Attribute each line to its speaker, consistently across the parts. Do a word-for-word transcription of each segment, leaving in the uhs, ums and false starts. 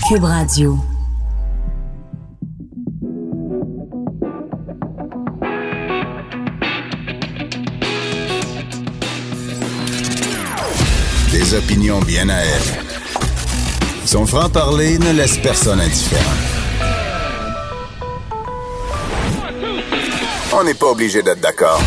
Speaker 1: Cube Radio.
Speaker 2: Des opinions bien à elle. Son franc-parler ne laisse personne indifférent. On n'est pas obligé d'être d'accord.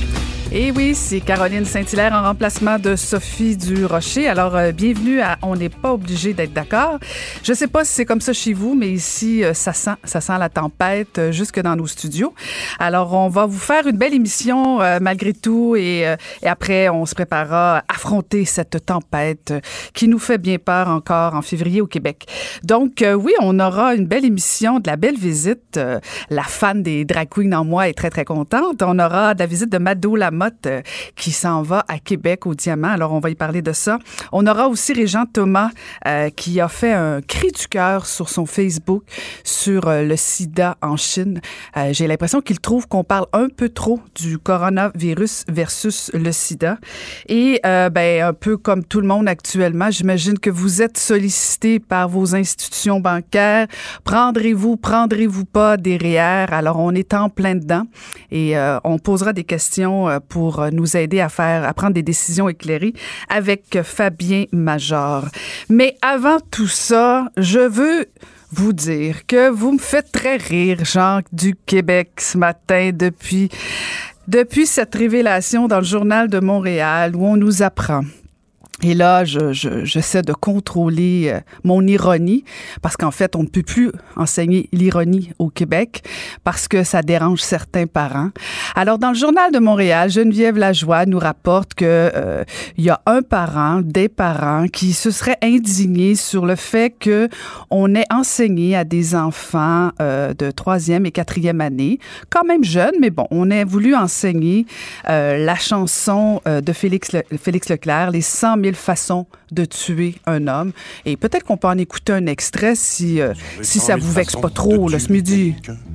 Speaker 3: Et oui, c'est Caroline Saint-Hilaire en remplacement de Sophie Durocher. Alors, euh, bienvenue à On n'est pas obligé d'être d'accord. Je sais pas si c'est comme ça chez vous, mais ici, euh, ça sent, ça sent la tempête euh, jusque dans nos studios. Alors, on va vous faire une belle émission euh, malgré tout et, euh, et après, on se préparera à affronter cette tempête euh, qui nous fait bien peur encore en février au Québec. Donc, euh, oui, on aura une belle émission, de la belle visite. Euh, la fan des drag queens en moi est très, très contente. On aura de la visite de Mado Lamotte euh, qui s'en va à Québec au Diamant. Alors, on va y parler de ça. On aura aussi Régent Thomas euh, qui a fait un cri du cœur sur son Facebook sur euh, le sida en Chine. Euh, j'ai l'impression qu'il trouve qu'on parle un peu trop du coronavirus versus le sida. Et euh, ben, un peu comme tout le monde actuellement, j'imagine que vous êtes sollicité par vos institutions bancaires. Prendrez-vous, prendrez-vous pas des R E E R? Alors, on est en plein dedans et euh, on posera des questions euh, pour nous aider à faire, à prendre des décisions éclairées avec Fabien Major. Mais avant tout ça, je veux vous dire que vous me faites très rire, Jean du Québec, ce matin, depuis, depuis cette révélation dans le Journal de Montréal où on nous apprend. Et là, je, je, j'essaie de contrôler euh, mon ironie parce qu'en fait, on ne peut plus enseigner l'ironie au Québec parce que ça dérange certains parents. Alors, dans le Journal de Montréal, Geneviève Lajoie nous rapporte que euh, il y a un parent, des parents qui se seraient indignés sur le fait que on ait enseigné à des enfants euh, de troisième et quatrième année, quand même jeunes, mais bon, on a voulu enseigner euh, la chanson euh, de Félix, Le, Félix Leclerc, les cent mille façons de tuer un homme. Et peut-être qu'on peut en écouter un extrait si, euh, si ça vous vexe pas trop, là, ce midi.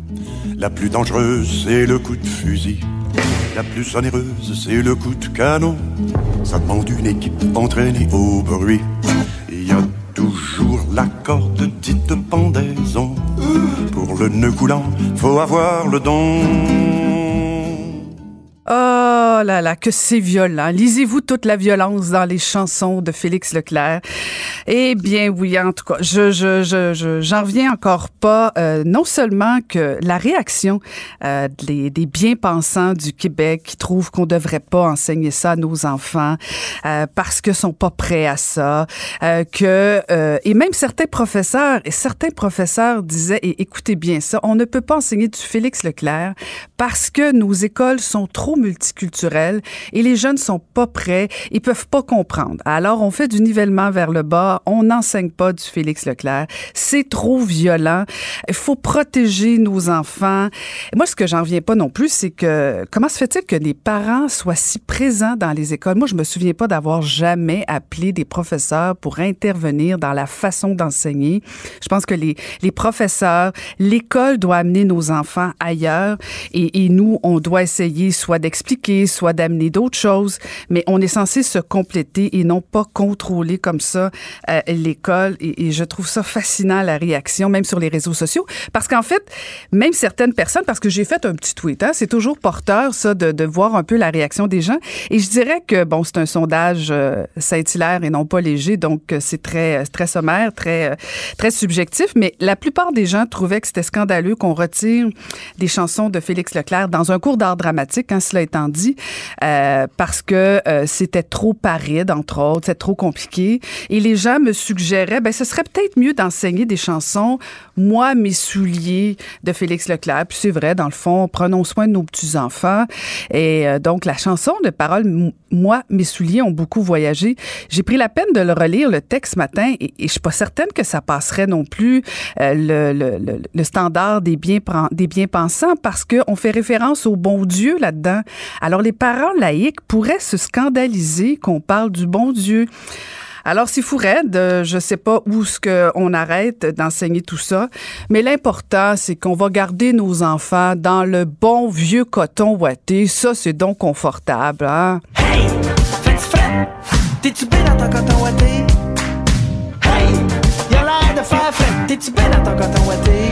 Speaker 4: La plus dangereuse, c'est le coup de fusil. La plus onéreuse, c'est le coup de canon. Ça demande une équipe entraînée au bruit. Il y a toujours la corde dite pendaison. Pour le nœud coulant, faut avoir le don.
Speaker 3: Oh là là, que c'est violent. Lisez-vous toute la violence dans les chansons de Félix Leclerc. Eh bien, oui, en tout cas, je, je, je, je, j'en reviens encore pas. Euh, non seulement que la réaction euh, des, des bien-pensants du Québec qui trouvent qu'on devrait pas enseigner ça à nos enfants euh, parce que sont pas prêts à ça, euh, que euh, et même certains professeurs et certains professeurs disaient, et écoutez bien ça, on ne peut pas enseigner du Félix Leclerc parce que nos écoles sont trop multiculturelles et les jeunes sont pas prêts, ils peuvent pas comprendre. Alors, on fait du nivellement vers le bas, on n'enseigne pas du Félix Leclerc, c'est trop violent, il faut protéger nos enfants. Et moi, ce que j'en reviens pas non plus, c'est que comment se fait-il que les parents soient si présents dans les écoles? Moi, je me souviens pas d'avoir jamais appelé des professeurs pour intervenir dans la façon d'enseigner. Je pense que les, les professeurs, l'école doit amener nos enfants ailleurs et, et nous, on doit essayer soit d'expliquer, soit d'amener d'autres choses, mais on est censé se compléter et non pas contrôler comme ça euh, l'école. Et, et je trouve ça fascinant, la réaction, même sur les réseaux sociaux, parce qu'en fait, même certaines personnes, parce que j'ai fait un petit tweet, hein, c'est toujours porteur, ça, de, de voir un peu la réaction des gens, et je dirais que, bon, c'est un sondage euh, Saint-Hilaire et non pas léger, donc c'est très, très sommaire, très, euh, très subjectif, mais la plupart des gens trouvaient que c'était scandaleux qu'on retire des chansons de Félix Leclerc dans un cours d'art dramatique, hein, cela étant dit, euh, parce que euh, c'était trop paride, entre autres, c'était trop compliqué. Et les gens me suggéraient, ben, ce serait peut-être mieux d'enseigner des chansons « Moi, mes souliers » de Félix Leclerc. Puis c'est vrai, dans le fond, prenons soin de nos petits-enfants. Et euh, donc, la chanson de paroles « Moi, mes souliers » ont beaucoup voyagé. J'ai pris la peine de le relire, le texte, ce matin, et, et je suis pas certaine que ça passerait non plus euh, le, le, le, le standard des bien, des bien-pensants, parce qu'on fait référence au bon Dieu là-dedans. Alors, les parents laïcs pourraient se scandaliser qu'on parle du bon Dieu. Alors, c'est fou raide. Je sais pas où ce qu'on arrête d'enseigner tout ça. Mais l'important, c'est qu'on va garder nos enfants dans le bon vieux coton ouaté. Ça, c'est donc confortable, hein?
Speaker 5: Hey! Fais-tu frais? T'es-tu bien dans ton coton ouaté? Hey! Y'a l'air de faire frais.
Speaker 1: T'es-tu bien dans ton coton ouaté?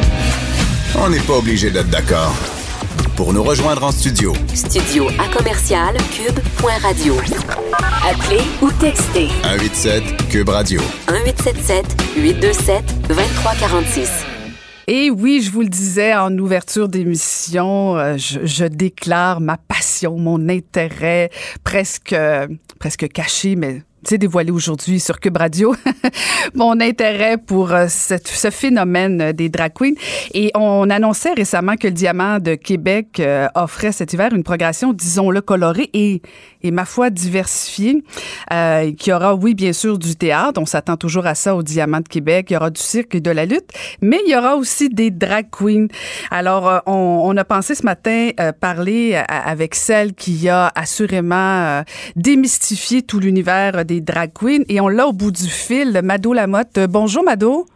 Speaker 2: On n'est pas obligé d'être d'accord. Pour nous rejoindre en studio.
Speaker 5: Studio à commercial cube point radio. Appelez ou textez.
Speaker 2: un huit sept Cube Radio.
Speaker 5: un huit sept sept huit deux sept deux trois quatre six.
Speaker 3: Et oui, je vous le disais en ouverture d'émission, euh, je, je déclare ma passion, mon intérêt presque, euh, presque caché, mais tu sais, dévoilé aujourd'hui sur Cube Radio, mon intérêt pour euh, cette, ce phénomène des drag queens. Et on annonçait récemment que le Diamant de Québec euh, offrait cet hiver une progression, disons-le, colorée et, et ma foi, diversifiée, euh, qui aura, oui, bien sûr, du théâtre. On s'attend toujours à ça au Diamant de Québec. Il y aura du cirque et de la lutte, mais il y aura aussi des drag queens. Alors, euh, on, on a pensé ce matin euh, parler à, avec celle qui a assurément euh, démystifié tout l'univers des drag queens, et on l'a au bout du fil, Mado Lamotte. Bonjour, Mado.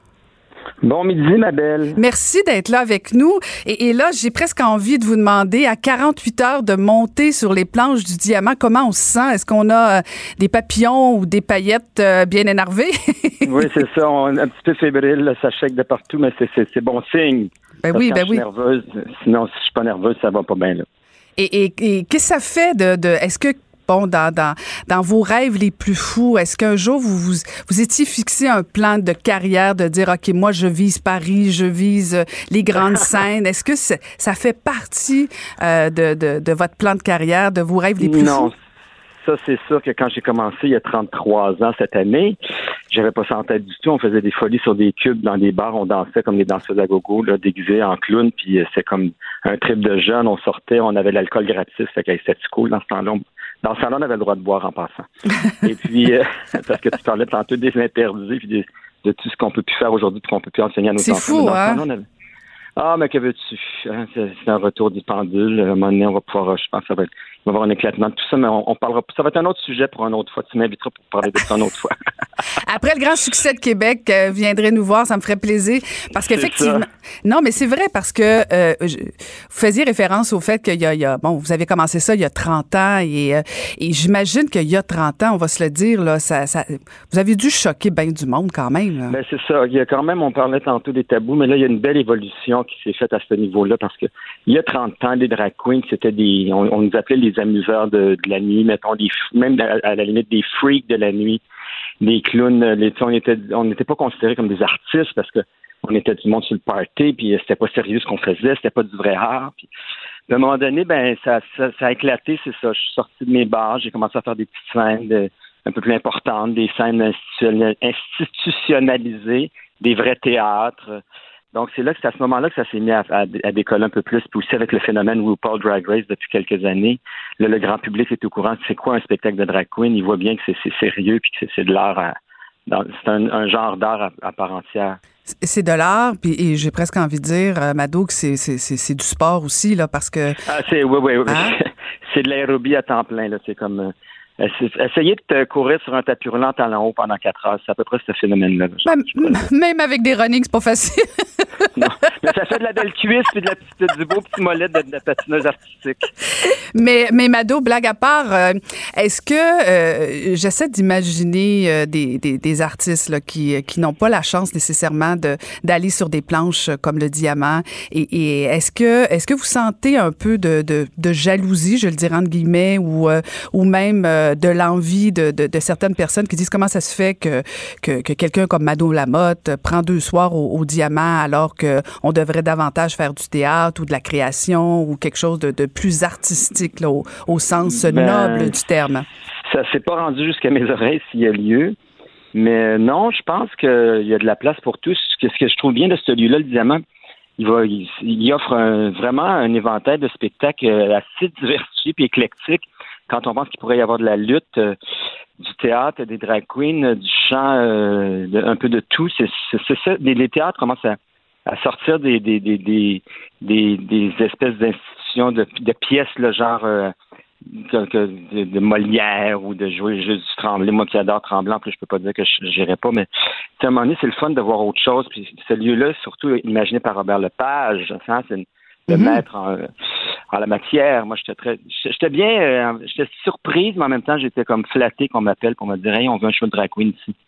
Speaker 6: Bon midi, ma belle.
Speaker 3: Merci d'être là avec nous. Et, et là, j'ai presque envie de vous demander, à quarante-huit heures de monter sur les planches du Diamant, comment on se sent? Est-ce qu'on a euh, des papillons ou des paillettes euh, bien énervées?
Speaker 6: Oui, c'est ça. On est un petit peu fébrile, là, ça shake de partout, mais c'est, c'est, c'est bon signe.
Speaker 3: Ben
Speaker 6: Parce
Speaker 3: oui,
Speaker 6: quand
Speaker 3: ben
Speaker 6: je suis
Speaker 3: oui.
Speaker 6: nerveuse, sinon, si je suis pas nerveuse, ça va pas bien, là.
Speaker 3: Et, et, et qu'est-ce que ça fait de... de est-ce que Bon, dans, dans, dans vos rêves les plus fous, est-ce qu'un jour, vous, vous vous étiez fixé un plan de carrière, de dire, OK, moi, je vise Paris, je vise euh, les grandes scènes. Est-ce que c'est, ça fait partie euh, de, de, de votre plan de carrière, de vos rêves les plus
Speaker 6: non.
Speaker 3: fous?
Speaker 6: Ça, c'est sûr que quand j'ai commencé il y a trente-trois ans cette année, j'avais pas ça en tête du tout. On faisait des folies sur des cubes dans des bars, on dansait comme des danseuses à gogo, là, déguisées en clown, puis euh, c'est comme un trip de jeunes. On sortait, on avait l'alcool gratis, fait que c'était cool dans ce temps-là. On, dans ce temps-là, on avait le droit de boire en passant. Et puis, euh, parce que tu parlais tantôt des interdits, puis des, de tout ce qu'on peut plus faire aujourd'hui, puis qu'on peut plus enseigner à nos
Speaker 3: c'est
Speaker 6: enfants.
Speaker 3: C'est fou, hein?
Speaker 6: On avait... Ah, mais que veux-tu? Hein, c'est, c'est un retour du pendule. À un moment donné, on va pouvoir, je pense que ça va être, il va y avoir un éclatement de tout ça, mais on, on parlera, ça va être un autre sujet pour une autre fois. Tu m'inviteras pour parler de ça une autre fois.
Speaker 3: Après le grand succès de Québec, euh, viendrez nous voir, ça me ferait plaisir. Parce qu'effectivement, non, mais c'est vrai parce que euh, je, vous faisiez référence au fait qu'il y a, il y a, bon, vous avez commencé ça il y a trente ans et, euh, et j'imagine qu'il y a trente ans, on va se le dire, là, ça, ça, vous avez dû choquer bien du monde quand même. Là.
Speaker 6: Ben c'est ça. Il y a quand même, on parlait tantôt des tabous, mais là, il y a une belle évolution qui s'est faite à ce niveau-là parce que il y a trente ans, les drag queens, c'était des, on, on nous appelait les amuseurs de, de la nuit, mettons, des, même à, à la limite des freaks de la nuit. Les clowns, les, on était, on n'était pas considérés comme des artistes parce que on était du monde sur le party, puis c'était pas sérieux ce qu'on faisait, c'était pas du vrai art. Puis, à un moment donné, ben ça, ça, ça a éclaté, c'est ça. Je suis sorti de mes bars, j'ai commencé à faire des petites scènes de, un peu plus importantes, des scènes institutionnalisées, des vrais théâtres. Donc, c'est là que c'est à ce moment-là que ça s'est mis à, à, à décoller un peu plus. Puis aussi avec le phénomène RuPaul Drag Race depuis quelques années, là, le grand public est au courant de c'est quoi un spectacle de drag queen. Il voit bien que c'est, c'est sérieux puis que c'est, c'est de l'art. À, dans, c'est un, un genre d'art à, à part entière.
Speaker 3: C'est de l'art, puis et j'ai presque envie de dire, euh, Mado, que c'est, c'est, c'est, c'est du sport aussi, là, parce que...
Speaker 6: Ah, c'est, oui, oui, oui.
Speaker 3: Hein?
Speaker 6: C'est de l'aérobie à temps plein, là. C'est comme... Euh, Essayer de te courir sur un tapis roulant en talons hauts pendant quatre heures, c'est à peu près ce phénomène-là.
Speaker 3: Même, même avec des runnings, c'est pas facile.
Speaker 6: Non, mais ça fait de la belle cuisse et de la petite, du beau petit mollet de, de la patineuse artistique.
Speaker 3: Mais, mais Mado, blague à part, euh, est-ce que euh, j'essaie d'imaginer euh, des, des, des artistes là, qui, qui n'ont pas la chance nécessairement de, d'aller sur des planches comme le Diamant, et, et est-ce que est-ce que vous sentez un peu de, de, de jalousie, je le dirais entre guillemets, ou, euh, ou même euh, de l'envie de, de, de certaines personnes qui disent comment ça se fait que, que, que quelqu'un comme Mado Lamotte prend deux soirs au, au Diamant alors qu'on devrait davantage faire du théâtre ou de la création ou quelque chose de, de plus artistique là, au, au sens ben, noble du terme?
Speaker 6: Ça s'est pas rendu jusqu'à mes oreilles s'il y a lieu. Mais non, je pense qu'il y a de la place pour tous. Ce que, ce que je trouve bien de ce lieu-là, le Diamant, il, va, il, il offre un, vraiment un éventail de spectacles assez diversifié et éclectique. Quand on pense qu'il pourrait y avoir de la lutte, euh, du théâtre, des drag queens, du chant, euh, de, un peu de tout, c'est, c'est, c'est ça. Les, les théâtres commencent à, à sortir des, des, des, des, des, des espèces d'institutions, de, de pièces, le genre euh, que, que, de, de Molière ou de jouer juste du Tremblay. Moi qui adore Tremblant, en plus je peux pas dire que je n'irai pas, mais à un moment donné, c'est le fun de voir autre chose. Puis ce lieu-là, surtout imaginé par Robert Lepage, hein, c'est une, le mm-hmm. maître en, en la matière. Moi, j'étais très, j'étais bien, euh, j'étais surprise, mais en même temps, j'étais comme flatté qu'on m'appelle pour me dire, hey, on veut un show de drag queen ici.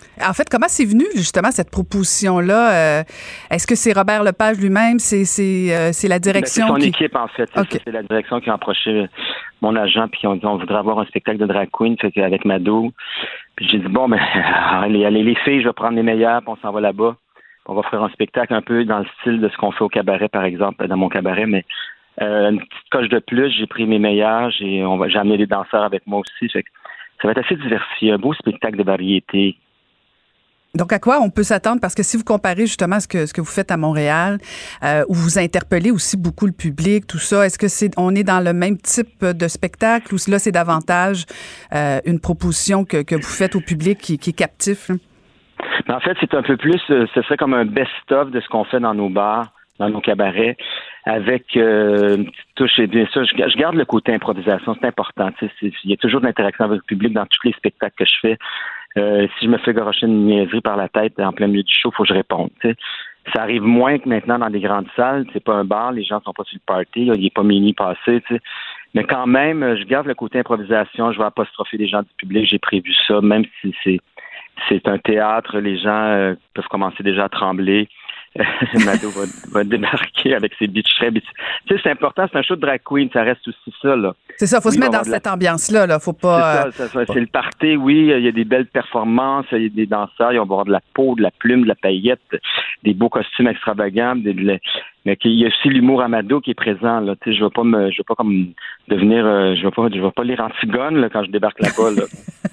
Speaker 3: En fait, comment c'est venu, justement, cette proposition-là? Euh, est-ce que c'est Robert Lepage lui-même? C'est, c'est, euh, c'est la direction
Speaker 6: ben, c'est son
Speaker 3: qui...
Speaker 6: équipe, en fait.
Speaker 3: Okay.
Speaker 6: C'est la direction qui a approché mon agent, puis on dit on voudrait avoir un spectacle de drag queen, fait qu'avec Mado. Puis j'ai dit, bon, ben, allez, allez, les filles, je vais prendre les meilleures, puis on s'en va là-bas. On va faire un spectacle un peu dans le style de ce qu'on fait au cabaret, par exemple, dans mon cabaret, mais euh, une petite coche de plus, j'ai pris mes meilleures, j'ai, on va, j'ai amené des danseurs avec moi aussi, fait que ça va être assez diversifié, un beau spectacle de variété.
Speaker 3: Donc, à quoi on peut s'attendre? Parce que si vous comparez justement ce que, ce que vous faites à Montréal, euh, où vous interpellez aussi beaucoup le public, tout ça, est-ce que c'est on est dans le même type de spectacle ou là, c'est davantage euh, une proposition que, que vous faites au public qui, qui est captif? Hein?
Speaker 6: En fait, c'est un peu plus, ce serait comme un best-of de ce qu'on fait dans nos bars, dans nos cabarets, avec euh, une petite touche, et bien sûr, je, je garde le côté improvisation, c'est important. Tu sais, c'est, il y a toujours de l'interaction avec le public dans tous les spectacles que je fais. Euh, si je me fais garocher une niaiserie par la tête en plein milieu du show, il faut que je réponde. Tu sais. Ça arrive moins que maintenant dans des grandes salles. C'est pas un bar, les gens sont pas sur le party, là, il n'est pas minuit passé. Tu sais. Mais quand même, je garde le côté improvisation. Je vais apostropher les gens du public. J'ai prévu ça, même si c'est c'est un théâtre. Les gens euh, peuvent commencer déjà à trembler. Mado va, va débarquer avec ses beach traits. Tu sais, c'est important, c'est un show de drag queen, ça reste aussi ça, là.
Speaker 3: C'est ça, faut oui, se mettre dans cette la... ambiance-là, là. Faut pas.
Speaker 6: C'est ça, ça, ça c'est le party, oui. Il y a des belles performances, il y a des danseurs, ils vont avoir de la peau, de la plume, de la paillette, des beaux costumes extravagants, des, de, mais il y a aussi l'humour à Mado qui est présent, là. Tu sais, je veux pas me, je veux pas comme devenir, euh, je veux pas, je veux pas lire Antigone, là, quand je débarque là-bas, là.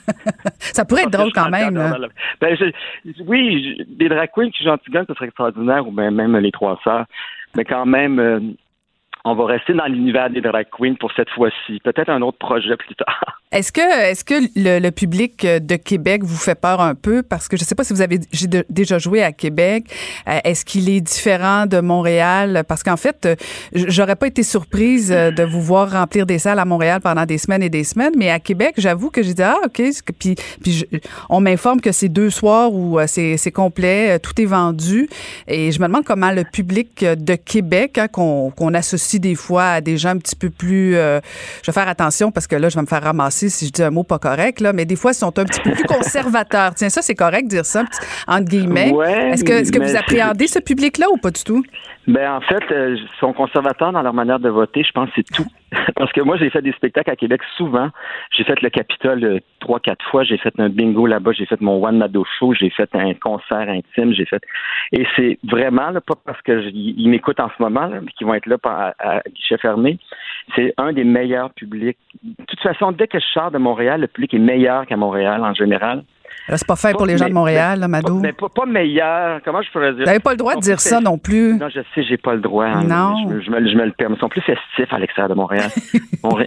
Speaker 3: Ça pourrait être drôle quand même.
Speaker 6: Ben, je, oui, je, des drag queens qui jouent Antigone, ce serait extraordinaire, ou bien même les trois sœurs. Mais quand même, euh, on va rester dans l'univers des drag queens pour cette fois-ci. Peut-être un autre projet plus tard.
Speaker 3: Est-ce que, est-ce que le, le public de Québec vous fait peur un peu? Parce que je ne sais pas si vous avez j'ai de, déjà joué à Québec. Euh, est-ce qu'il est différent de Montréal? Parce qu'en fait, euh, j'aurais pas été surprise de vous voir remplir des salles à Montréal pendant des semaines et des semaines, mais à Québec, j'avoue que j'ai dit, ah, OK. Puis, puis je, on m'informe que c'est deux soirs où c'est, c'est complet, tout est vendu. Et je me demande comment le public de Québec, hein, qu'on, qu'on associe des fois à des gens un petit peu plus... Euh, je vais faire attention parce que là, je vais me faire ramasser si je dis un mot pas correct, là, mais des fois, ils sont un petit peu plus conservateurs. Tiens, ça, c'est correct de dire ça, entre guillemets. Ouais, est-ce que, est-ce que vous appréhendez ce public-là ou pas du tout?
Speaker 6: Ben en fait, euh, ils sont conservateurs dans leur manière de voter. Je pense que c'est tout. Parce que moi, j'ai fait des spectacles à Québec souvent. J'ai fait le Capitole euh, trois, quatre fois. J'ai fait un bingo là-bas. J'ai fait mon One Mado Show. J'ai fait un concert intime. J'ai fait. Et c'est vraiment là, pas parce que ils m'écoutent en ce moment, là, mais qu'ils vont être là à, à guichet fermé. C'est un des meilleurs publics. De toute façon, dès que je sors de Montréal, le public est meilleur qu'à Montréal en général.
Speaker 3: Là, c'est pas fait pas, pour les gens mais, de Montréal, là, Mado.
Speaker 6: Mais pas, pas meilleur. Comment je pourrais dire?
Speaker 3: Vous n'avez pas le droit de dire ça non plus.
Speaker 6: Non, je sais, j'ai pas le droit. Hein.
Speaker 3: Non.
Speaker 6: Je, je, me, je me le permets. Ils sont plus festifs à l'extérieur de Montréal. Montréal.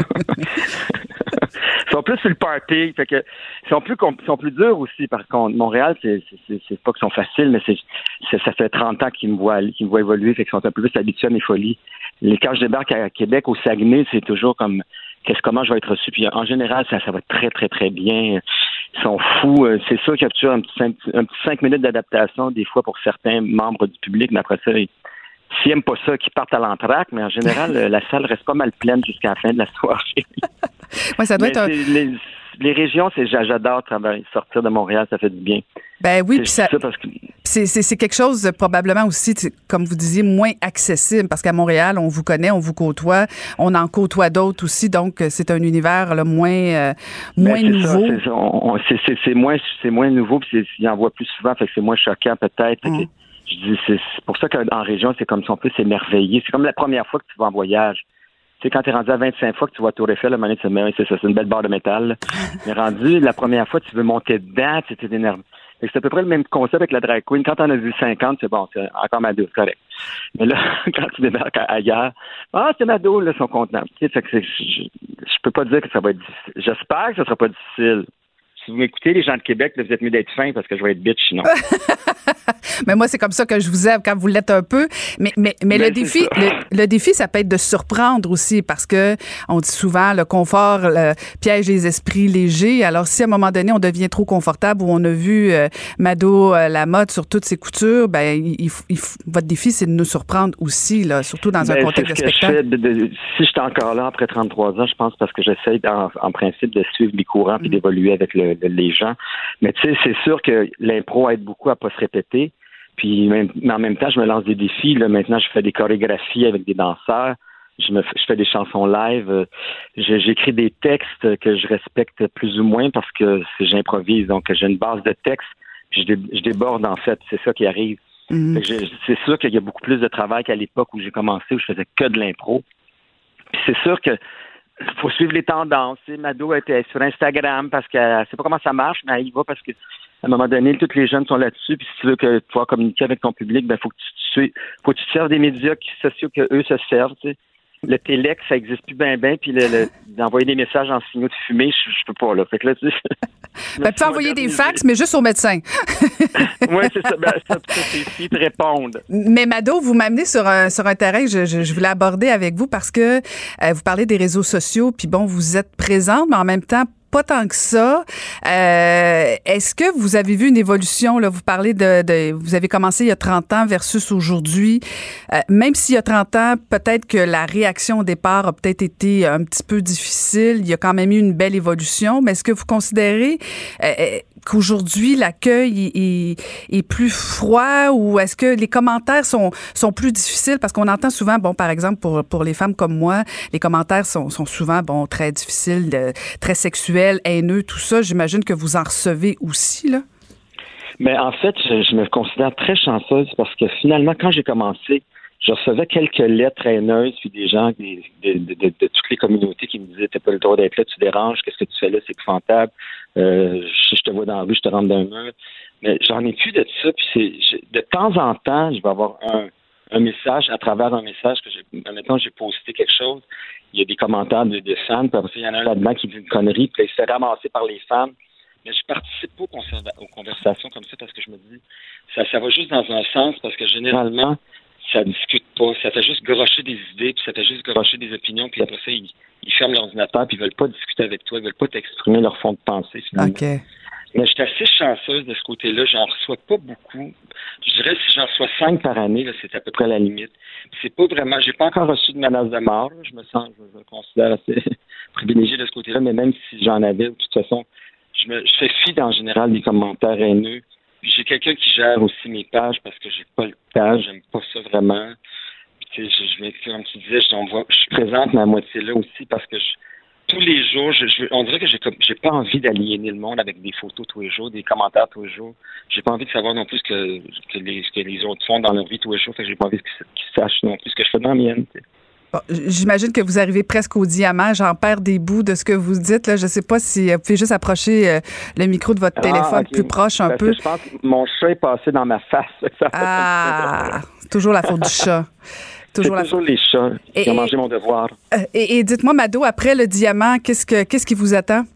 Speaker 6: Ils sont plus sur le party. Fait que, ils sont plus, ils sont plus durs aussi, par contre. Montréal, c'est, c'est, c'est pas qu'ils sont faciles, mais c'est, c'est, ça fait trente ans qu'ils me voient, qu'ils me voient évoluer. Fait qu'ils sont un peu plus habitués à mes folies. Les, quand je débarque à Québec, au Saguenay, c'est toujours comme, qu'est-ce, comment je vais être reçu. Puis en général, ça, ça va très, très, très bien. Ils sont fous. C'est sûr qu'il y a toujours un petit, un petit, un petit cinq minutes d'adaptation, des fois, pour certains membres du public, mais après ça, ils, s'ils n'aiment pas ça, qu'ils partent à l'entraque, mais en général, la salle reste pas mal pleine jusqu'à la fin de la soirée.
Speaker 3: Ouais, ça doit
Speaker 6: mais
Speaker 3: être un...
Speaker 6: les, les régions, c'est, j'adore travailler, sortir de Montréal, ça fait du bien.
Speaker 3: Ben oui, puis ça,
Speaker 6: ça parce que...
Speaker 3: c'est, c'est, c'est quelque chose probablement aussi, comme vous disiez, moins accessible, parce qu'à Montréal, on vous connaît, on vous côtoie, on en côtoie d'autres aussi, donc c'est un univers là, moins, euh, moins
Speaker 6: ben, c'est
Speaker 3: nouveau.
Speaker 6: Ça, c'est, ça. On, c'est, c'est, c'est, moins, c'est moins nouveau, puis il en voit plus souvent, fait que c'est moins choquant peut-être. Mmh. Je dis, c'est, c'est pour ça qu'en région, c'est comme si on peut s'émerveiller. C'est comme la première fois que tu vas en voyage. Tu sais, quand tu es rendu à vingt-cinq fois que tu vois Tour Eiffel, à un moment donné, tu te dis, c'est ça, c'est une belle barre de métal. Mais rendu, la première fois, tu veux monter dedans, tu t'es énervé. C'est à peu près le même concept avec la drag queen. Quand on a vu cinquante, c'est bon, c'est encore Mado, c'est correct. Mais là, quand tu débarques ailleurs, ah, c'est Mado, là, ils sont contents. Tu sais, fait que c'est, je, je peux pas dire que ça va être difficile. J'espère que ça sera pas difficile. Si vous m'écoutez, les gens de Québec, là, vous êtes mieux d'être fins parce que je vais être bitch sinon.
Speaker 3: Mais moi, c'est comme ça que je vous aime quand vous l'êtes un peu. Mais, mais, mais, mais le défi, le, le défi, ça peut être de surprendre aussi parce que on dit souvent le confort le, piège les esprits légers. Alors, si à un moment donné, on devient trop confortable ou on a vu euh, Mado euh, Lamotte sur toutes ses coutures, ben, il, il, il, votre défi, c'est de nous surprendre aussi, là, surtout dans ben, un contexte de spectacle. Je fais de, de,
Speaker 6: si je suis encore là après trente-trois ans, je pense parce que j'essaie en, en principe de suivre les courants puis mmh. d'évoluer avec le le, le, les gens. Mais tu sais, c'est sûr que l'impro aide beaucoup à pas se répéter. Puis même, mais en même temps, je me lance des défis. Là, maintenant, je fais des chorégraphies avec des danseurs. Je, me, je fais des chansons live. Je, j'écris des textes que je respecte plus ou moins parce que c'est, j'improvise. Donc, j'ai une base de texte. Puis je, dé, je déborde, en fait. C'est ça qui arrive. Mm-hmm. Je, c'est sûr qu'il y a beaucoup plus de travail qu'à l'époque où j'ai commencé, où je faisais que de l'impro. Puis c'est sûr que faut suivre les tendances. Tu sais, Mado était sur Instagram parce qu'elle sait pas comment ça marche, mais elle y va parce que à un moment donné, tous les jeunes sont là-dessus. Puis si tu veux que pouvoir communiquer avec ton public, ben faut que tu, tu faut que tu te serves des médias sociaux que eux se servent. Tu sais. Le téléx, ça existe plus bien, bien, puis le, le, d'envoyer des messages en signaux de fumée, je, je peux pas, là. Fait que là, tu sais.
Speaker 3: Ben, tu peux envoyer des fax, mais juste aux médecins.
Speaker 6: Oui, c'est ça. Ben, ça, ça c'est ici, te répondre.
Speaker 3: Mais Mado, vous m'amenez sur un, sur un terrain que je, je, je voulais aborder avec vous parce que euh, vous parlez des réseaux sociaux, puis bon, vous êtes présente, mais en même temps, pas tant que ça. Euh, est-ce que vous avez vu une évolution, là? Vous parlez de, de vous avez commencé il y a trente ans versus aujourd'hui. Euh, même s'il y a trente ans, peut-être que la réaction au départ a peut-être été un petit peu difficile. Il y a quand même eu une belle évolution. Mais est-ce que vous considérez euh, qu'aujourd'hui, l'accueil est, est, est plus froid ou est-ce que les commentaires sont, sont plus difficiles? Parce qu'on entend souvent, bon, par exemple, pour, pour les femmes comme moi, les commentaires sont, sont souvent, bon, très difficiles, euh, très sexuels, haineux, tout ça. J'imagine que vous en recevez aussi, là?
Speaker 6: Mais en fait, je, je me considère très chanceuse parce que finalement, quand j'ai commencé, je recevais quelques lettres haineuses, puis des gens des, de, de, de, de toutes les communautés qui me disaient « T'as pas le droit d'être là, tu déranges, qu'est-ce que tu fais là, c'est épouvantable, euh, je, je te vois dans la rue, je te rentre d'un mur. » Mais j'en ai plus de ça, puis c'est je, de temps en temps, je vais avoir un, un message, à travers un message que j'ai, maintenant j'ai posté quelque chose, il y a des commentaires de, de fans, puis après il y en a un là-dedans qui dit une connerie, puis il se fait ramasser par les fans. Mais je participe pas aux, conserva- aux conversations comme ça parce que je me dis, ça, ça va juste dans un sens, parce que généralement, ça discute pas, ça fait juste garocher des idées, puis ça fait juste garocher des opinions, puis après ça, ils, ils ferment l'ordinateur, puis ils veulent pas discuter avec toi, ils veulent pas t'exprimer leur fond de pensée, finalement.
Speaker 3: Okay.
Speaker 6: Mais je suis assez chanceuse de ce côté-là, j'en reçois pas beaucoup. Je dirais si j'en reçois cinq par année, là, c'est à peu près la limite. Puis c'est pas vraiment, j'ai pas encore reçu de menace de mort, là. Je me sens, je, je me considère assez privilégié de ce côté-là, mais même si j'en avais, de toute façon, je me, je fais fi en général des commentaires haineux. Puis j'ai quelqu'un qui gère aussi mes pages parce que j'ai pas le temps, j'aime pas ça vraiment. Puis tu sais, je, je, comme tu disais, je, vois, je suis présente mais à moitié là aussi parce que je, tous les jours, je, je, on dirait que j'ai, j'ai pas envie d'aliéner le monde avec des photos tous les jours, des commentaires tous les jours. J'ai pas envie de savoir non plus ce que, que, les, que les autres font dans leur vie tous les jours. Fait que j'ai pas envie qu'ils, qu'ils sachent non plus ce que je fais dans la mienne. T'sais.
Speaker 3: Bon, j'imagine que vous arrivez presque au diamant. J'en perds des bouts de ce que vous dites. Là. Je ne sais pas si vous pouvez juste approcher euh, le micro de votre ah, téléphone okay. plus proche un
Speaker 6: Parce
Speaker 3: peu.
Speaker 6: Que je pense que mon chat est passé dans ma face. Ça
Speaker 3: ah, toujours la faute du chat.
Speaker 6: Toujours, c'est toujours la... les chats qui et, ont mangé mon devoir.
Speaker 3: Et, et dites-moi, Mado, après le diamant, qu'est-ce, que, qu'est-ce qui vous attend?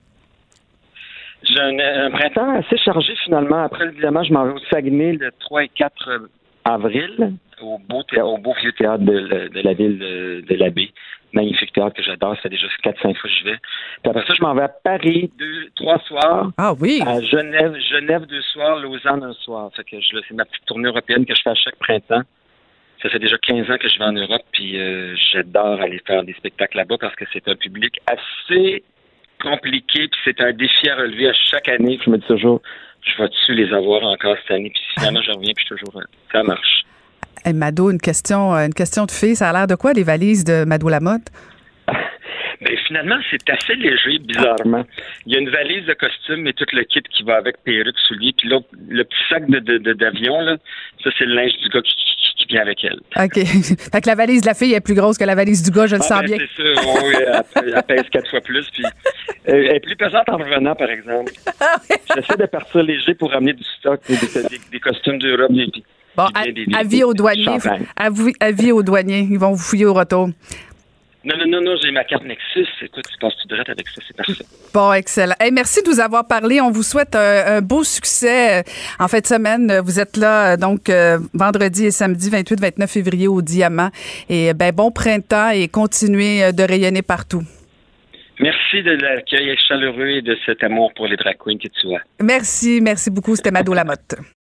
Speaker 6: J'ai un, un printemps assez chargé, finalement. Après le diamant, je m'en vais au Saguenay le trois et quatre avril. Au beau, thé- au beau vieux théâtre de, de la ville de, de l'Abbé. Magnifique théâtre que j'adore. Ça fait déjà quatre cinq fois que je vais. Puis après ça, je m'en vais à Paris deux, trois soirs.
Speaker 3: Ah oui?
Speaker 6: À Genève, Genève deux soirs, Lausanne un soir. Fait que je, c'est ma petite tournée européenne que je fais à chaque printemps. Ça fait déjà quinze ans que je vais en Europe, puis euh, j'adore aller faire des spectacles là-bas parce que c'est un public assez compliqué, puis c'est un défi à relever à chaque année. Puis je me dis toujours, je vais-tu les avoir encore cette année? Puis finalement, je reviens, puis je suis toujours, ça marche.
Speaker 3: Hey, Mado, une question, une question de fille. Ça a l'air de quoi, les valises de Mado Lamotte?
Speaker 6: Ben, finalement, c'est assez léger, bizarrement. Il y a une valise de costume et tout le kit qui va avec, perruque, souliers. Puis là, le petit sac de, de, de, d'avion, là, ça, c'est le linge du gars qui, qui, qui vient avec elle.
Speaker 3: OK. Fait que la valise de la fille est plus grosse que la valise du gars, je le
Speaker 6: ah,
Speaker 3: sens
Speaker 6: ben,
Speaker 3: bien.
Speaker 6: C'est sûr, oui, elle, elle pèse quatre fois plus. Puis elle est plus pesante en revenant, par exemple. J'essaie de partir léger pour ramener du stock, des, des, des costumes d'Europe. Des,
Speaker 3: bon, des, des, avis aux douaniers. Avis aux douaniers. Ils vont vous fouiller au retour.
Speaker 6: Non, non, non, non, j'ai ma carte Nexus. Écoute, tu passes tout direct avec ça, c'est parfait.
Speaker 3: Bon, excellent. Hey, merci de nous avoir parlé. On vous souhaite un, un beau succès en fin de semaine. Vous êtes là, donc, euh, vendredi et samedi, vingt-huit vingt-neuf février au Diamant. Et ben bon printemps et continuez de rayonner partout.
Speaker 6: Merci de l'accueil chaleureux et de cet amour pour les drag queens que tu as.
Speaker 3: Merci, merci beaucoup. C'était Mado Lamotte.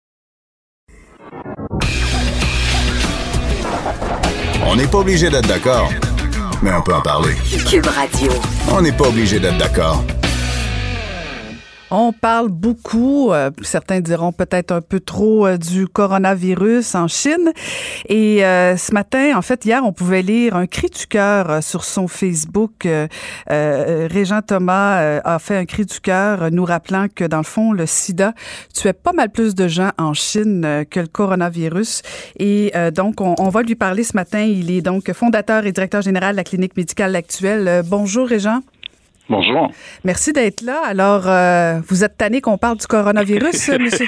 Speaker 2: On n'est pas obligé d'être d'accord, mais on peut en parler.
Speaker 5: Cube Radio.
Speaker 2: On n'est pas obligé d'être d'accord.
Speaker 3: On parle beaucoup, euh, certains diront peut-être un peu trop, euh, du coronavirus en Chine. Et euh, ce matin, en fait, hier, on pouvait lire un cri du cœur euh, sur son Facebook. Euh, euh, Régent Thomas euh, a fait un cri du cœur, euh, nous rappelant que, dans le fond, le sida tuait pas mal plus de gens en Chine euh, que le coronavirus. Et euh, donc, on, on va lui parler ce matin. Il est donc fondateur et directeur général de la clinique médicale L'Actuelle. Euh, bonjour, Régent.
Speaker 1: Bonjour.
Speaker 3: Merci d'être là. Alors, euh, vous êtes tanné qu'on parle du coronavirus, monsieur?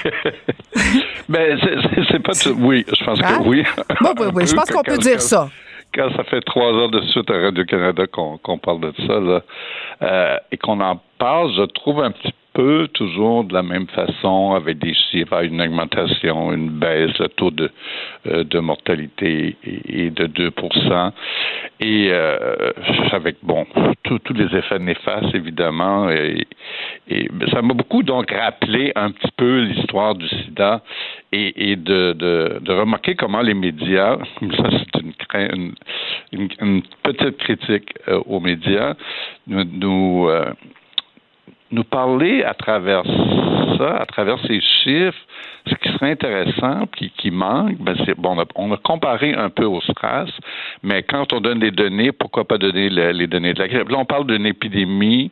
Speaker 1: Ben, c'est, c'est, c'est pas tout. Oui, je pense
Speaker 3: ah?
Speaker 1: que oui.
Speaker 3: Bon, oui, oui, je pense qu'on peut dire ça.
Speaker 1: Quand ça fait trois heures de suite à Radio-Canada qu'on, qu'on parle de ça, là, euh, et qu'on en parle, je trouve un petit peu toujours de la même façon, avec des chiffres, une augmentation, une baisse, le taux de, euh, de mortalité est de deux pour cent. Et euh, avec, bon, tous les effets néfastes, évidemment. Et, et ça m'a beaucoup, donc, rappelé un petit peu l'histoire du sida et, et de, de, de remarquer comment les médias, ça c'est une, une, une, une petite critique euh, aux médias, nous... nous euh, nous parler à travers ça, à travers ces chiffres, ce qui serait intéressant, puis qui manque, ben c'est bon. On a, on a comparé un peu au SRAS, mais quand on donne des données, pourquoi pas donner le, les données de la grippe? Là, on parle d'une épidémie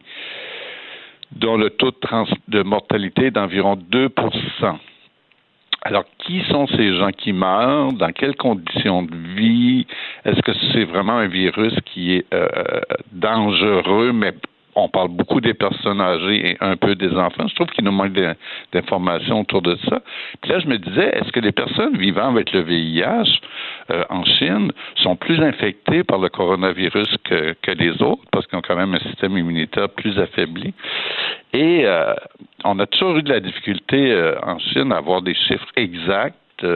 Speaker 1: dont le taux de, trans, de mortalité est d'environ deux pour cent. Alors, qui sont ces gens qui meurent? Dans quelles conditions de vie? Est-ce que c'est vraiment un virus qui est euh, dangereux, mais on parle beaucoup des personnes âgées et un peu des enfants. Je trouve qu'il nous manque d'informations autour de ça. Puis là, je me disais, est-ce que les personnes vivant avec le V I H euh, en Chine sont plus infectées par le coronavirus que, que les autres, parce qu'ils ont quand même un système immunitaire plus affaibli? Et euh, on a toujours eu de la difficulté euh, en Chine à avoir des chiffres exacts.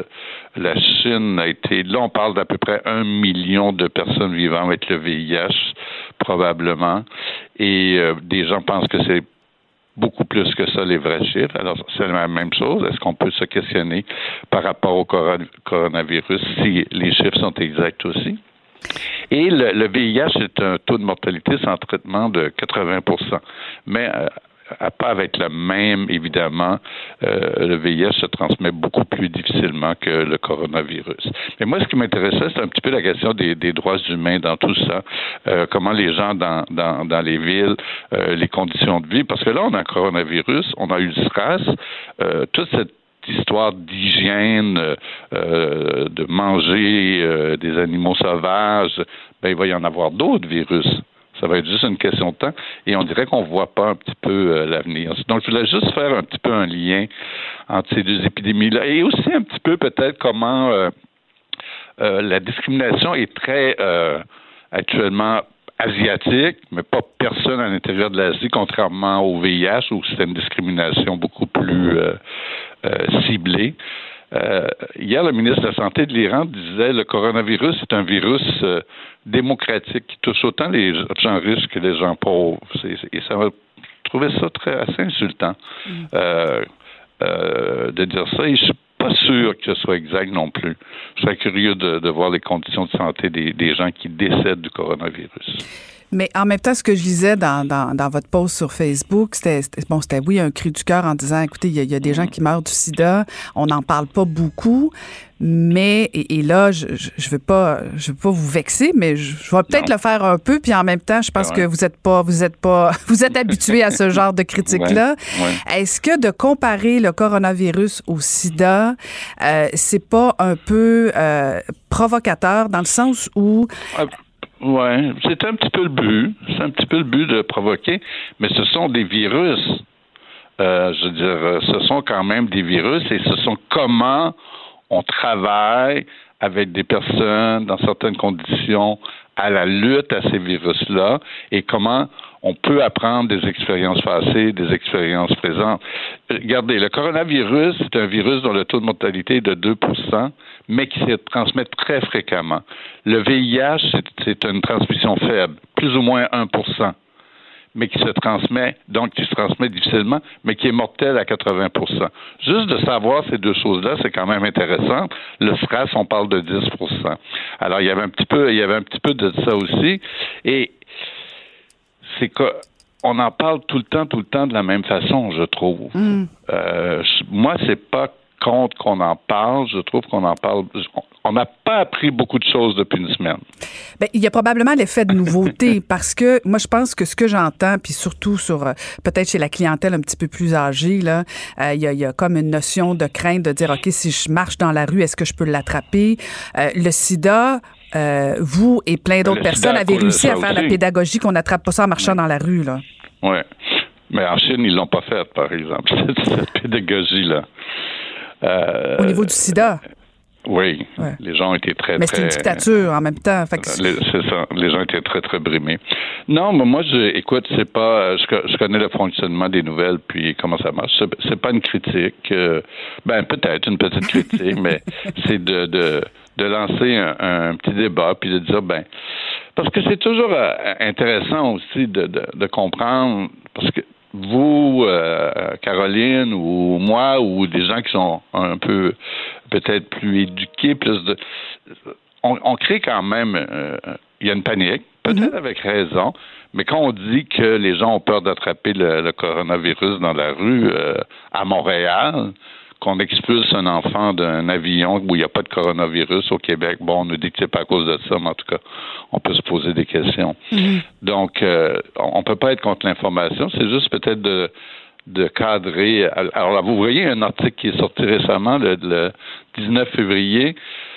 Speaker 1: La Chine a été... Là, on parle d'à peu près un million de personnes vivant avec le V I H, probablement. Et euh, des gens pensent que c'est beaucoup plus que ça, les vrais chiffres. Alors, c'est la même chose. Est-ce qu'on peut se questionner par rapport au coronavirus si les chiffres sont exacts aussi? Et le, le V I H, c'est un taux de mortalité sans traitement de quatre-vingts pour cent. Mais... Euh, pas avec le même, évidemment, euh, le V I H se transmet beaucoup plus difficilement que le coronavirus. Mais moi, ce qui m'intéressait, c'est un petit peu la question des, des droits humains dans tout ça. Euh, comment les gens dans, dans, dans les villes, euh, les conditions de vie, parce que là, on a un coronavirus, on a eu le SRAS, euh, toute cette histoire d'hygiène, euh, de manger euh, des animaux sauvages, ben il va y en avoir d'autres virus. Ça va être juste une question de temps. Et on dirait qu'on ne voit pas un petit peu euh, l'avenir. Donc, je voulais juste faire un petit peu un lien entre ces deux épidémies-là. Et aussi un petit peu peut-être comment euh, euh, la discrimination est très euh, actuellement asiatique, mais pas personne à l'intérieur de l'Asie, contrairement au V I H, où c'est une discrimination beaucoup plus euh, euh, ciblée. Euh, hier, le ministre de la Santé de l'Iran disait que le coronavirus est un virus euh, démocratique qui touche autant les gens riches que les gens pauvres. C'est, et ça m'a trouvé ça très, assez insultant mm. euh, euh, de dire ça. Et je suis pas sûr que ce soit exact non plus. Je serais curieux de, de voir les conditions de santé des, des gens qui décèdent du coronavirus.
Speaker 3: Mais en même temps, ce que je lisais dans, dans, dans votre post sur Facebook, c'était, c'était, bon, c'était oui, un cri du cœur en disant, écoutez, il y, y a des gens qui meurent du sida, on n'en parle pas beaucoup, mais, et, et là, je, je, je veux pas, je veux pas vous vexer, mais je, je vais peut-être non. le faire un peu, puis en même temps, je pense ouais. que vous êtes pas, vous êtes pas, vous êtes habitué à ce genre de critique-là.
Speaker 1: Ouais. Ouais.
Speaker 3: Est-ce que de comparer le coronavirus au sida, euh, c'est pas un peu euh, provocateur dans le sens où...
Speaker 1: Ah. Oui, c'est un petit peu le but. C'est un petit peu le but de provoquer, mais ce sont des virus. Euh, je veux dire, ce sont quand même des virus et ce sont comment on travaille avec des personnes dans certaines conditions à la lutte à ces virus-là et comment on peut apprendre des expériences passées, des expériences présentes. Regardez, le coronavirus, c'est un virus dont le taux de mortalité est de deux pour cent, mais qui se transmet très fréquemment. Le V I H, c'est, c'est une transmission faible, plus ou moins un pour cent, mais qui se transmet, donc qui se transmet difficilement, mais qui est mortel à quatre-vingts pour cent. Juste de savoir ces deux choses-là, c'est quand même intéressant. Le SRAS, on parle de dix pour cent. Alors, il y avait un petit peu, il y avait un petit peu de ça aussi. Et c'est que on en parle tout le temps, tout le temps de la même façon, je trouve. Mm. Euh, moi, c'est pas contre qu'on en parle. Je trouve qu'on en parle. On n'a pas appris beaucoup de choses depuis une semaine.
Speaker 3: Bien, il y a probablement l'effet de nouveauté parce que moi, je pense que ce que j'entends, puis surtout sur peut-être chez la clientèle un petit peu plus âgée, là, euh, il y a, il y a comme une notion de crainte de dire, OK, si je marche dans la rue, est-ce que je peux l'attraper? Euh, le sida, euh, vous et plein d'autres le personnes avez réussi à faire aussi la pédagogie qu'on n'attrape pas ça en marchant oui. dans la rue, là.
Speaker 1: Oui. Mais en Chine, ils l'ont pas faite, par exemple, cette pédagogie-là.
Speaker 3: Euh, Au niveau du sida?
Speaker 1: Oui. Ouais. Les gens ont été très,
Speaker 3: mais
Speaker 1: très...
Speaker 3: Mais c'est une dictature en même temps. Fait que c'est...
Speaker 1: Les, c'est ça. Les gens étaient très, très brimés. Non, mais moi, je, écoute, c'est pas... Je, je connais le fonctionnement des nouvelles, puis comment ça marche. C'est, c'est pas une critique. Euh, ben, peut-être une petite critique, mais c'est de, de, de lancer un, un petit débat, puis de dire, ben... Parce que c'est toujours euh, intéressant aussi de, de, de comprendre, parce que vous, euh, Caroline, ou moi, ou des gens qui sont un peu peut-être plus éduqués, plus de, on, on crée quand même, euh, il y a une panique, peut-être mm-hmm. avec raison, mais quand on dit que les gens ont peur d'attraper le, le coronavirus dans la rue euh, à Montréal, qu'on expulse un enfant d'un avion où il n'y a pas de coronavirus au Québec, bon, on nous dit que c'est pas à cause de ça, mais en tout cas, on peut se poser des questions. Mm-hmm. Donc, euh, on peut pas être contre l'information, c'est juste peut-être de, de cadrer. Alors là, vous voyez un article qui est sorti récemment, le, le dix-neuf février,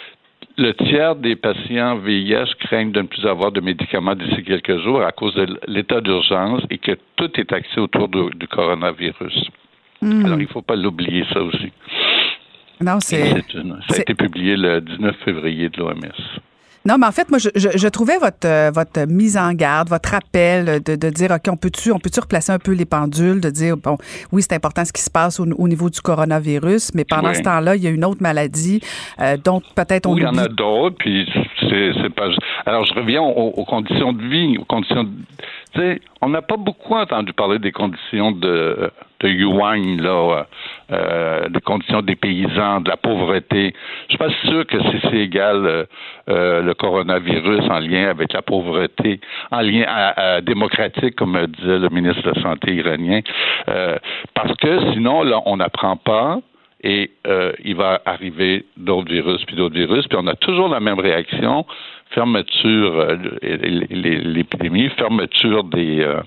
Speaker 1: le tiers des patients V I H craignent de ne plus avoir de médicaments d'ici quelques jours à cause de l'état d'urgence et que tout est axé autour du, du coronavirus. Mmh. Alors, il ne faut pas l'oublier, ça aussi.
Speaker 3: Non, c'est...
Speaker 1: c'est une, ça a c'est... été publié le dix-neuf février de l'O M S.
Speaker 3: Non, mais en fait, moi, je, je, je trouvais votre, euh, votre mise en garde, votre appel de, de dire, OK, on peut-tu, on peut-tu replacer un peu les pendules, de dire, bon, oui, c'est important ce qui se passe au, au niveau du coronavirus, mais pendant oui. ce temps-là, il y a une autre maladie euh, dont peut-être on
Speaker 1: oui,
Speaker 3: oublie.
Speaker 1: Il y en a d'autres, puis c'est, c'est pas... Alors, je reviens aux, aux conditions de vie, aux conditions de... Tu sais, on n'a pas beaucoup entendu parler des conditions de, de Yuan, là, euh, des conditions des paysans, de la pauvreté. Je suis pas sûr que c'est, c'est égal euh, euh, le coronavirus en lien avec la pauvreté, en lien à, à démocratique, comme disait le ministre de la Santé iranien, euh, parce que sinon, là, on n'apprend pas. Et euh, il va arriver d'autres virus, puis d'autres virus, puis on a toujours la même réaction, fermeture, euh, l'épidémie, fermeture des, euh,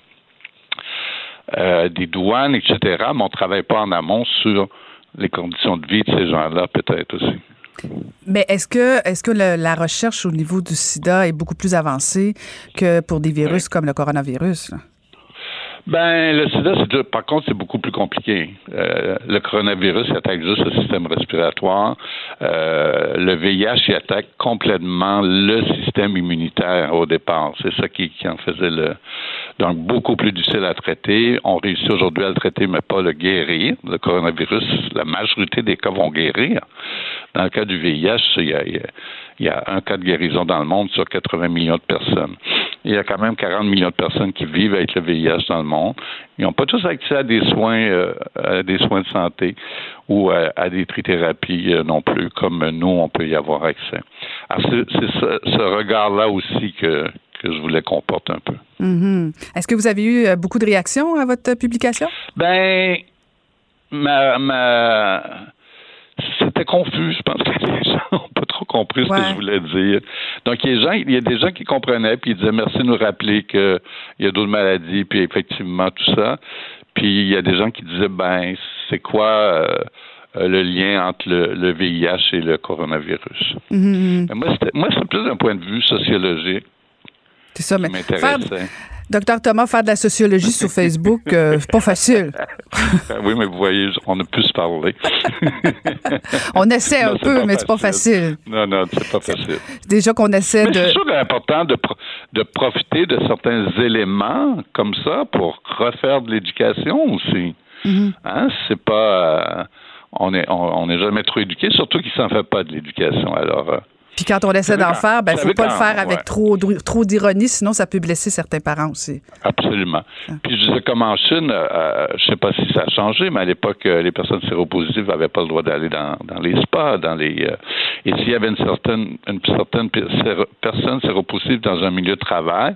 Speaker 1: euh, des douanes, et cetera, mais on ne travaille pas en amont sur les conditions de vie de ces gens-là, peut-être aussi.
Speaker 3: Mais est-ce que est-ce que le, la recherche au niveau du sida est beaucoup plus avancée que pour des virus oui. comme le coronavirus, là?
Speaker 1: Ben, le sida, c'est, par contre, c'est beaucoup plus compliqué. Euh, le coronavirus, il attaque juste le système respiratoire. Euh, le V I H, il attaque complètement le système immunitaire au départ. C'est ça qui, qui en faisait le... Donc, beaucoup plus difficile à traiter. On réussit aujourd'hui à le traiter, mais pas le guérir. Le coronavirus, la majorité des cas vont guérir. Dans le cas du V I H, il y a, il y a, il y a un cas de guérison dans le monde sur quatre-vingts millions de personnes. Il y a quand même quarante millions de personnes qui vivent avec le V I H dans le monde. Ils n'ont pas tous accès à des soins, euh, à des soins de santé ou à, à des trithérapies euh, non plus, comme nous, on peut y avoir accès. Alors, c'est, c'est ce, ce regard-là aussi que, que je voulais qu'on porte un peu.
Speaker 3: Mm-hmm. Est-ce que vous avez eu beaucoup de réactions à votre publication?
Speaker 1: Ben, ma... ma... C'était confus, je pense que les gens n'ont pas trop compris ce ouais. que je voulais dire. Donc, il y a des gens, il y a des gens qui comprenaient, puis ils disaient merci de nous rappeler qu'il y a d'autres maladies, puis effectivement, tout ça. Puis, il y a des gens qui disaient, ben, c'est quoi euh, le lien entre le, le V I H et le coronavirus? Mm-hmm. Mais moi, c'était, moi, c'est plus d'un point de vue sociologique.
Speaker 3: C'est ça, mais faire, docteur Thomas, faire de la sociologie sur Facebook, euh, c'est pas facile.
Speaker 1: Oui, mais vous voyez, on a pu se parler.
Speaker 3: On essaie non, un peu, mais facile. C'est pas facile.
Speaker 1: Non, non, c'est pas facile.
Speaker 3: Déjà qu'on essaie
Speaker 1: mais
Speaker 3: de...
Speaker 1: C'est sûr qu'il est important de, de profiter de certains éléments comme ça pour refaire de l'éducation aussi. Mm-hmm. Hein? C'est pas... Euh, on est, on n'est jamais trop éduqué, surtout qu'il s'en fait pas de l'éducation. Alors... Euh,
Speaker 3: Puis quand on essaie d'en faire, ben, il ne faut pas quand, le faire avec ouais. trop, trop d'ironie, sinon ça peut blesser certains parents aussi.
Speaker 1: Absolument. Ah. Puis je disais, comme en Chine, euh, je ne sais pas si ça a changé, mais à l'époque, euh, les personnes séropositives n'avaient pas le droit d'aller dans, dans les spas, dans les. Euh, et s'il y avait une certaine, une certaine séro, personne séropositive dans un milieu de travail,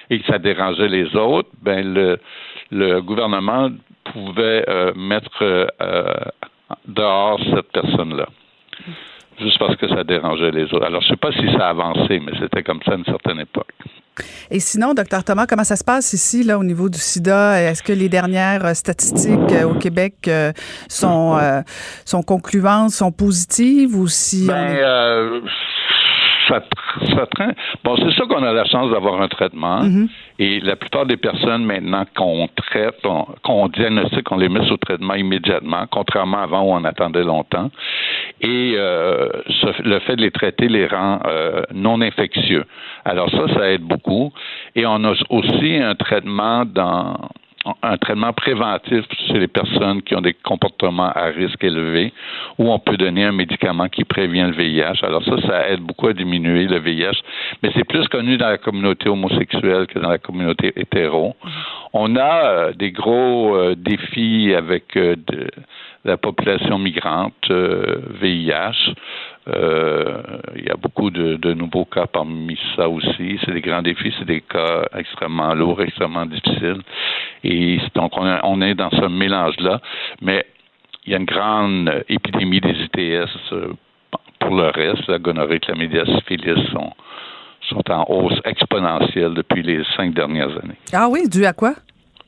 Speaker 1: et que ça dérangeait les autres, ben le, le gouvernement pouvait euh, mettre euh, dehors cette personne-là. Juste parce que ça dérangeait les autres. Alors, je ne sais pas si ça a avancé, mais c'était comme ça à une certaine époque.
Speaker 3: Et sinon, docteur Thomas, comment ça se passe ici, là, au niveau du sida? Est-ce que les dernières statistiques euh, au Québec euh, sont, euh, sont concluantes, sont positives ou si...
Speaker 1: Ben, est... euh, ça, ça traîne. Bon, c'est sûr qu'on a la chance d'avoir un traitement. Mm-hmm. Et la plupart des personnes, maintenant, qu'on traite, on, qu'on diagnostique, on les met sous traitement immédiatement, contrairement à avant où on attendait longtemps. Et euh, ce, le fait de les traiter les rend euh, non infectieux. Alors ça, ça aide beaucoup. Et on a aussi un traitement dans... un traitement préventif chez les personnes qui ont des comportements à risque élevé, où on peut donner un médicament qui prévient le V I H. Alors ça, ça aide beaucoup à diminuer le V I H, mais c'est plus connu dans la communauté homosexuelle que dans la communauté hétéro. On a euh, des gros euh, défis avec euh, de, la population migrante, euh, V I H. Euh, il y a beaucoup de, de nouveaux cas parmi ça aussi. C'est des grands défis, c'est des cas extrêmement lourds, extrêmement difficiles. Et donc, on, a, on est dans ce mélange-là. Mais il y a une grande épidémie des I T S euh, pour le reste. La gonorrhée et la médiasyphilis sont, sont en hausse exponentielle depuis les cinq dernières années.
Speaker 3: Ah oui, dû à quoi?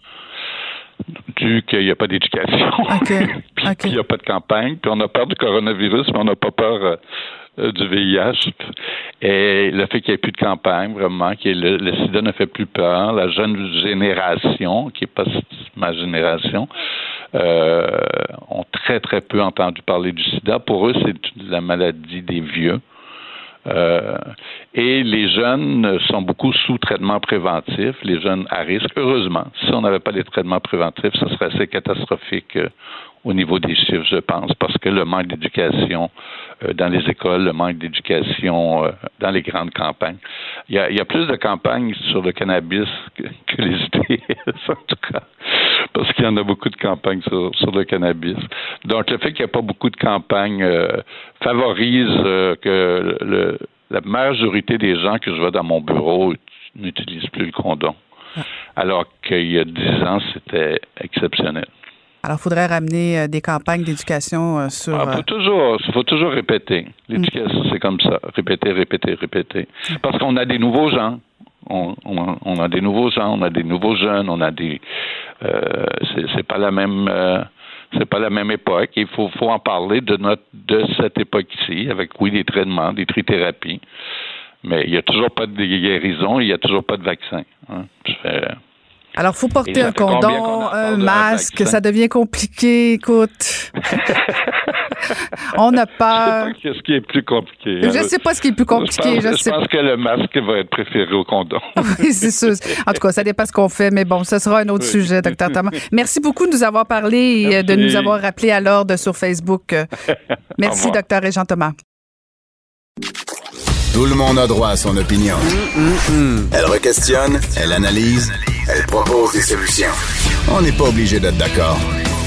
Speaker 1: Dû qu'il n'y a pas d'éducation,
Speaker 3: okay.
Speaker 1: puis
Speaker 3: okay.
Speaker 1: qu'il n'y a pas de campagne, puis on a peur du coronavirus, mais on n'a pas peur euh, du V I H. Et le fait qu'il n'y ait plus de campagne, vraiment, que le, le sida ne fait plus peur, la jeune génération, qui n'est pas ma génération, euh, ont très, très peu entendu parler du sida. Pour eux, c'est la maladie des vieux. Euh, et les jeunes sont beaucoup sous traitement préventif, les jeunes à risque. Heureusement, si on n'avait pas les traitements préventifs, ce serait assez catastrophique euh, au niveau des chiffres, je pense, parce que le manque d'éducation euh, dans les écoles, le manque d'éducation euh, dans les grandes campagnes. Il y a, il y a plus de campagnes sur le cannabis que, que les I T S, en tout cas, parce qu'il y en a beaucoup de campagnes sur, sur le cannabis. Donc, le fait qu'il n'y ait pas beaucoup de campagnes euh, favorise euh, que le, la majorité des gens que je vois dans mon bureau n'utilisent plus le condom. Alors qu'il y a dix ans, c'était exceptionnel.
Speaker 3: Alors, il faudrait ramener euh, des campagnes d'éducation euh, sur...
Speaker 1: Il ah, faut, toujours, faut toujours répéter. L'éducation, mm. c'est comme ça. Répéter, répéter, répéter. Parce qu'on a des nouveaux gens. On, on, on a des nouveaux gens, on a des nouveaux jeunes, on a des... Euh, c'est, c'est pas la même... Euh, c'est pas la même époque. Il faut, faut en parler de, notre, de cette époque-ci, avec, oui, des traitements, des trithérapies. Mais il n'y a toujours pas de guérison, il n'y a toujours pas de vaccin. Hein. Je fais...
Speaker 3: Alors, il faut porter un condom, un masque, ça devient compliqué, écoute. On a peur.
Speaker 1: Je sais pas ce qui est plus compliqué.
Speaker 3: Je ne sais pas ce qui est plus compliqué.
Speaker 1: Je pense,
Speaker 3: je sais
Speaker 1: je pense que le masque va être préféré au condom.
Speaker 3: Oui, c'est sûr. En tout cas, ça dépend ce qu'on fait, mais bon, ce sera un autre oui. sujet, docteur Thomas. Merci beaucoup de nous avoir parlé et Merci. de nous avoir rappelé à l'ordre sur Facebook. Merci, docteur Régent Thomas.
Speaker 2: Tout le monde a droit à son opinion. Mm, mm, mm. Elle requestionne, elle analyse, elle propose des solutions. On n'est pas obligé d'être d'accord.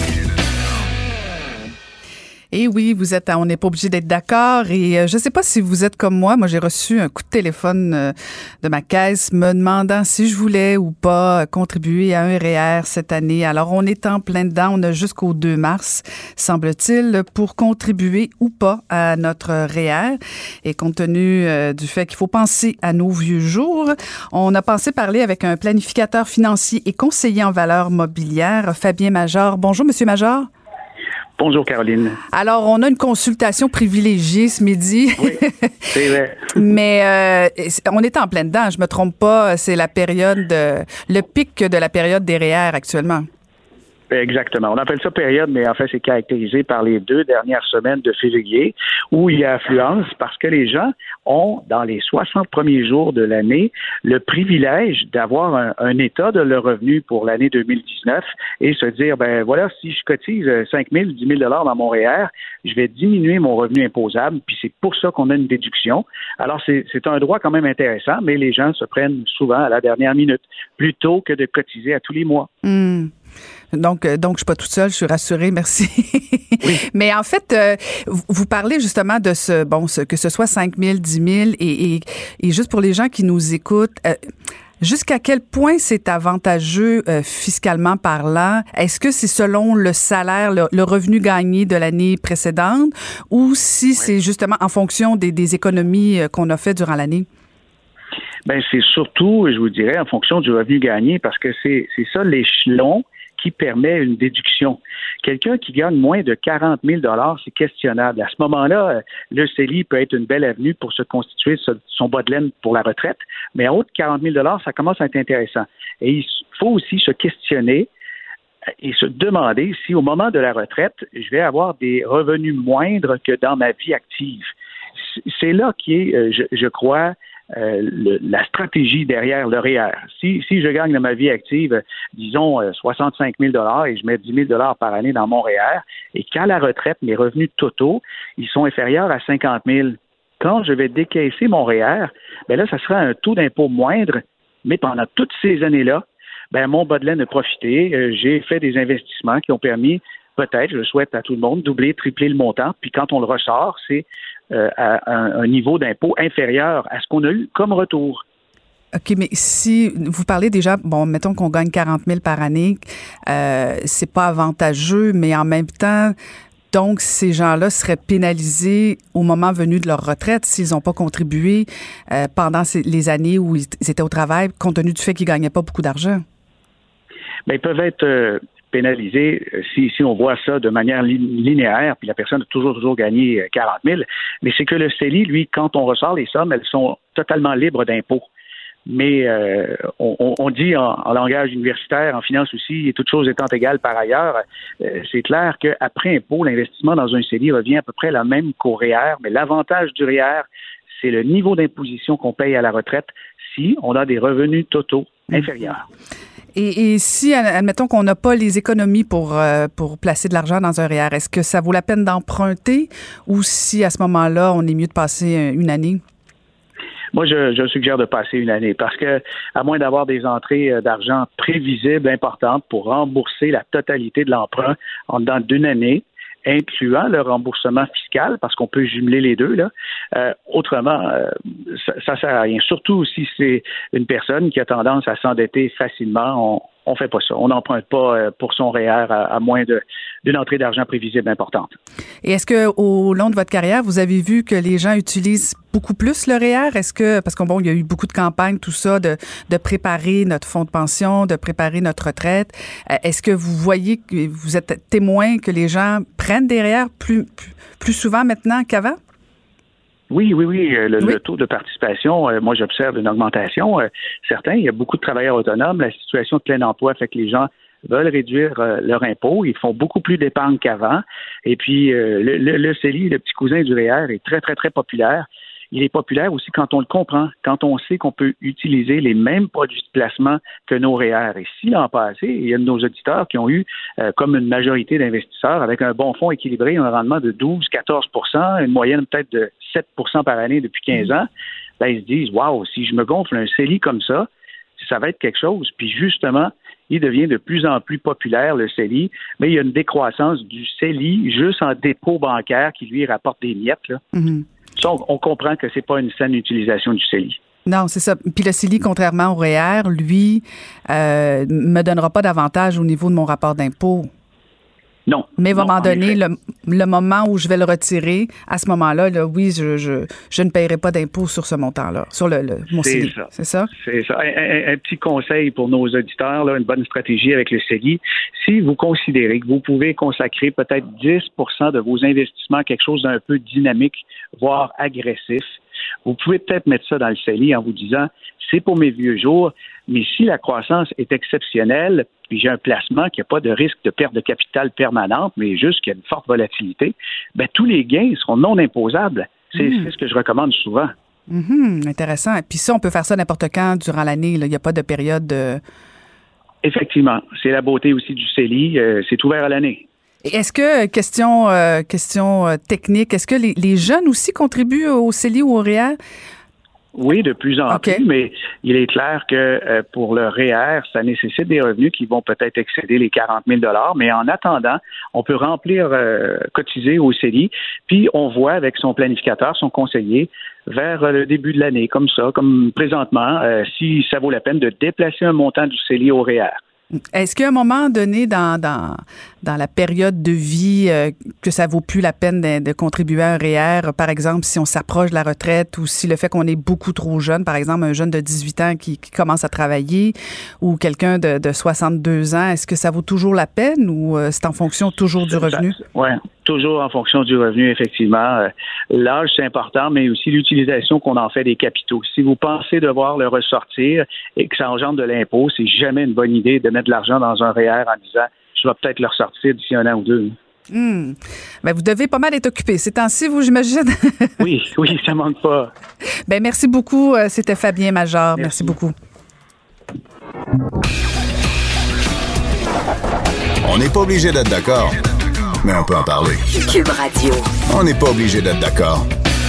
Speaker 3: Et oui, vous êtes, on n'est pas obligé d'être d'accord. Et euh, je ne sais pas si vous êtes comme moi. Moi, j'ai reçu un coup de téléphone euh, de ma caisse me demandant si je voulais ou pas contribuer à un R E E R cette année. Alors, on est en plein dedans. On a jusqu'au deux mars, semble-t-il, pour contribuer ou pas à notre R E E R. Et compte tenu euh, du fait qu'il faut penser à nos vieux jours, on a pensé parler avec un planificateur financier et conseiller en valeurs mobilières, Fabien Major. Bonjour, Monsieur Major.
Speaker 7: Bonjour, Caroline.
Speaker 3: Alors, on a une consultation privilégiée ce midi.
Speaker 7: Oui, c'est vrai.
Speaker 3: Mais euh, on est en plein dedans, je me trompe pas, c'est la période, de, le pic de la période des R E E R actuellement.
Speaker 7: Exactement. On appelle ça période, mais en fait, c'est caractérisé par les deux dernières semaines de février où il y a affluence parce que les gens ont, dans les soixante premiers jours de l'année, le privilège d'avoir un, un état de leur revenu pour l'année deux mille dix-neuf et se dire, ben voilà, si je cotise cinq mille, dix mille dollars dans mon R E E R, je vais diminuer mon revenu imposable, puis c'est pour ça qu'on a une déduction. Alors, c'est, c'est un droit quand même intéressant, mais les gens se prennent souvent à la dernière minute, plutôt que de cotiser à tous les mois.
Speaker 3: Mmh. Donc, donc, je suis pas toute seule, je suis rassurée, merci. Oui. Mais en fait, euh, vous parlez justement de ce, bon, ce, que ce soit cinq mille, dix mille, et, et, et juste pour les gens qui nous écoutent, euh, Jusqu'à quel point c'est avantageux euh, fiscalement parlant? Est-ce que c'est selon le salaire, le, le revenu gagné de l'année précédente ou si oui. c'est justement en fonction des, des économies euh, qu'on a fait durant l'année?
Speaker 7: Bien, c'est surtout, je vous dirais, en fonction du revenu gagné parce que c'est, c'est ça l'échelon qui permet une déduction. Quelqu'un qui gagne moins de quarante mille dollars, c'est questionnable. À ce moment-là, le C E L I peut être une belle avenue pour se constituer son bas de laine pour la retraite, mais à haut de quarante mille dollars, ça commence à être intéressant. Et il faut aussi se questionner et se demander si au moment de la retraite, je vais avoir des revenus moindres que dans ma vie active. C'est là qui est, je, je crois, Euh, le, la stratégie derrière le R E E R. Si, si je gagne dans ma vie active, disons, euh, soixante-cinq mille dollars et je mets dix mille dollars par année dans mon R E E R, et qu'à la retraite, mes revenus totaux, ils sont inférieurs à cinquante mille. Quand je vais décaisser mon R E E R, ben là, ça sera un taux d'impôt moindre, mais pendant toutes ces années-là, ben mon bas de laine a profité. Euh, j'ai fait des investissements qui ont permis, peut-être, je le souhaite à tout le monde, doubler, tripler le montant, puis quand on le ressort, c'est Euh, à un, un niveau d'impôt inférieur à ce qu'on a eu comme retour.
Speaker 3: OK, mais si vous parlez déjà, bon, mettons qu'on gagne quarante mille par année, euh, c'est pas avantageux, mais en même temps, donc ces gens-là seraient pénalisés au moment venu de leur retraite s'ils n'ont pas contribué euh, pendant ces, les années où ils étaient au travail, compte tenu du fait qu'ils gagnaient pas beaucoup d'argent.
Speaker 7: Bien, ils peuvent être euh, pénalisés si, si on voit ça de manière linéaire, puis la personne a toujours, toujours gagné quarante mille. Mais c'est que le C E L I, lui, quand on ressort les sommes, elles sont totalement libres d'impôts. Mais euh, on, on dit en, en langage universitaire, en finance aussi, et toutes choses étant égales par ailleurs, euh, c'est clair qu'après impôt, l'investissement dans un C E L I revient à peu près la même qu'au R E E R, mais l'avantage du R E E R, c'est le niveau d'imposition qu'on paye à la retraite si on a des revenus totaux inférieurs.
Speaker 3: Et, et si, admettons qu'on n'a pas les économies pour, euh, pour placer de l'argent dans un R E E R, est-ce que ça vaut la peine d'emprunter ou si à ce moment-là, on est mieux de passer une année?
Speaker 7: Moi, je, je suggère de passer une année parce que, à moins d'avoir des entrées d'argent prévisibles importantes pour rembourser la totalité de l'emprunt en dedans d'une année, incluant le remboursement fiscal, parce qu'on peut jumeler les deux, là. Euh, autrement, euh, ça, ça sert à rien. Surtout si c'est une personne qui a tendance à s'endetter facilement, on on fait pas ça. On n'emprunte pas pour son R E E R à, à moins de, d'une entrée d'argent prévisible importante.
Speaker 3: Et est-ce que au long de votre carrière, vous avez vu que les gens utilisent beaucoup plus le R E E R? Est-ce que, parce qu'on bon, il y a eu beaucoup de campagnes, tout ça, de, de préparer notre fonds de pension, de préparer notre retraite. Est-ce que vous voyez, que vous êtes témoin que les gens prennent des R E E R plus, plus, plus souvent maintenant qu'avant?
Speaker 7: Oui, oui, oui. Le,
Speaker 3: oui.
Speaker 7: le taux de participation, euh, moi, j'observe une augmentation. Euh, certains, il y a beaucoup de travailleurs autonomes. La situation de plein emploi fait que les gens veulent réduire euh, leur impôt. Ils font beaucoup plus d'épargne qu'avant. Et puis, euh, le, le, le C E L I, le petit cousin du R E E R, est très, très, très populaire. Il est populaire aussi quand on le comprend, quand on sait qu'on peut utiliser les mêmes produits de placement que nos R E E R. Et si l'an passé, il y a de nos auditeurs qui ont eu, euh, comme une majorité d'investisseurs, avec un bon fonds équilibré, un rendement de douze à quatorze pour cent, une moyenne peut-être de sept pour cent par année depuis quinze ans, ben ils se disent, waouh, si je me gonfle un C E L I comme ça, ça va être quelque chose. Puis justement, il devient de plus en plus populaire, le C E L I, mais il y a une décroissance du C E L I juste en dépôt bancaire qui lui rapporte des miettes, là. Mm-hmm. Ça, on, on comprend que c'est pas une saine utilisation du C E L I.
Speaker 3: Non, c'est ça. Puis le C E L I, contrairement au R E E R, lui, euh, me donnera pas d'avantage au niveau de mon rapport d'impôt.
Speaker 7: Non.
Speaker 3: Mais il va
Speaker 7: non,
Speaker 3: m'en donner le, le moment où je vais le retirer. À ce moment-là, là, oui, je, je, je ne paierai pas d'impôt sur ce montant-là, sur le, le mon
Speaker 7: c'est
Speaker 3: C E L I.
Speaker 7: Ça.
Speaker 3: C'est ça?
Speaker 7: C'est ça. Un, un, un petit conseil pour nos auditeurs, là, une bonne stratégie avec le C E L I. Si vous considérez que vous pouvez consacrer peut-être dix pour cent de vos investissements à quelque chose d'un peu dynamique, voire agressif, vous pouvez peut-être mettre ça dans le C E L I en vous disant, c'est pour mes vieux jours, mais si la croissance est exceptionnelle, puis j'ai un placement qui n'a pas de risque de perte de capital permanente, mais juste qu'il y a une forte volatilité, bien, tous les gains seront non imposables. C'est, mmh. c'est ce que je recommande souvent.
Speaker 3: Mmh, intéressant. Puis ça, on peut faire ça n'importe quand durant l'année. Il n'y a pas de période de...
Speaker 7: Effectivement. C'est la beauté aussi du C E L I. Euh, c'est ouvert à l'année.
Speaker 3: Et est-ce que, question, euh, question euh, technique, est-ce que les, les jeunes aussi contribuent au C E L I ou au R E E R?
Speaker 7: Oui, de plus en
Speaker 3: okay.
Speaker 7: plus, mais il est clair que euh, pour le R E E R, ça nécessite des revenus qui vont peut-être excéder les quarante mille dollars, mais en attendant, on peut remplir, euh, cotiser au C E L I, puis on voit avec son planificateur, son conseiller, vers le début de l'année, comme ça, comme présentement, euh, si ça vaut la peine de déplacer un montant du C E L I au R E E R.
Speaker 3: Est-ce qu'à un moment donné dans, dans, dans la période de vie euh, que ça vaut plus la peine de, de contribuer à un R E E R, par exemple, si on s'approche de la retraite ou si le fait qu'on est beaucoup trop jeune, par exemple, un jeune de dix-huit ans qui, qui commence à travailler ou quelqu'un de, de soixante-deux ans, est-ce que ça vaut toujours la peine ou euh, c'est en fonction toujours du revenu?
Speaker 7: Oui, toujours en fonction du revenu, effectivement. Euh, l'âge, c'est important, mais aussi l'utilisation qu'on en fait des capitaux. Si vous pensez devoir le ressortir et que ça engendre de l'impôt, c'est jamais une bonne idée de mettre de l'argent dans un R E E R en disant « je vais peut-être le ressortir d'ici un an ou deux ».
Speaker 3: Hum. Ben, vous devez pas mal être occupé ces temps-ci, vous, j'imagine?
Speaker 7: Oui, oui, ça manque pas.
Speaker 3: Ben, merci beaucoup. C'était Fabien Major. Merci, merci beaucoup.
Speaker 2: On n'est pas obligé d'être d'accord, mais on peut en parler.
Speaker 5: Cube Radio.
Speaker 2: On n'est pas obligé d'être d'accord.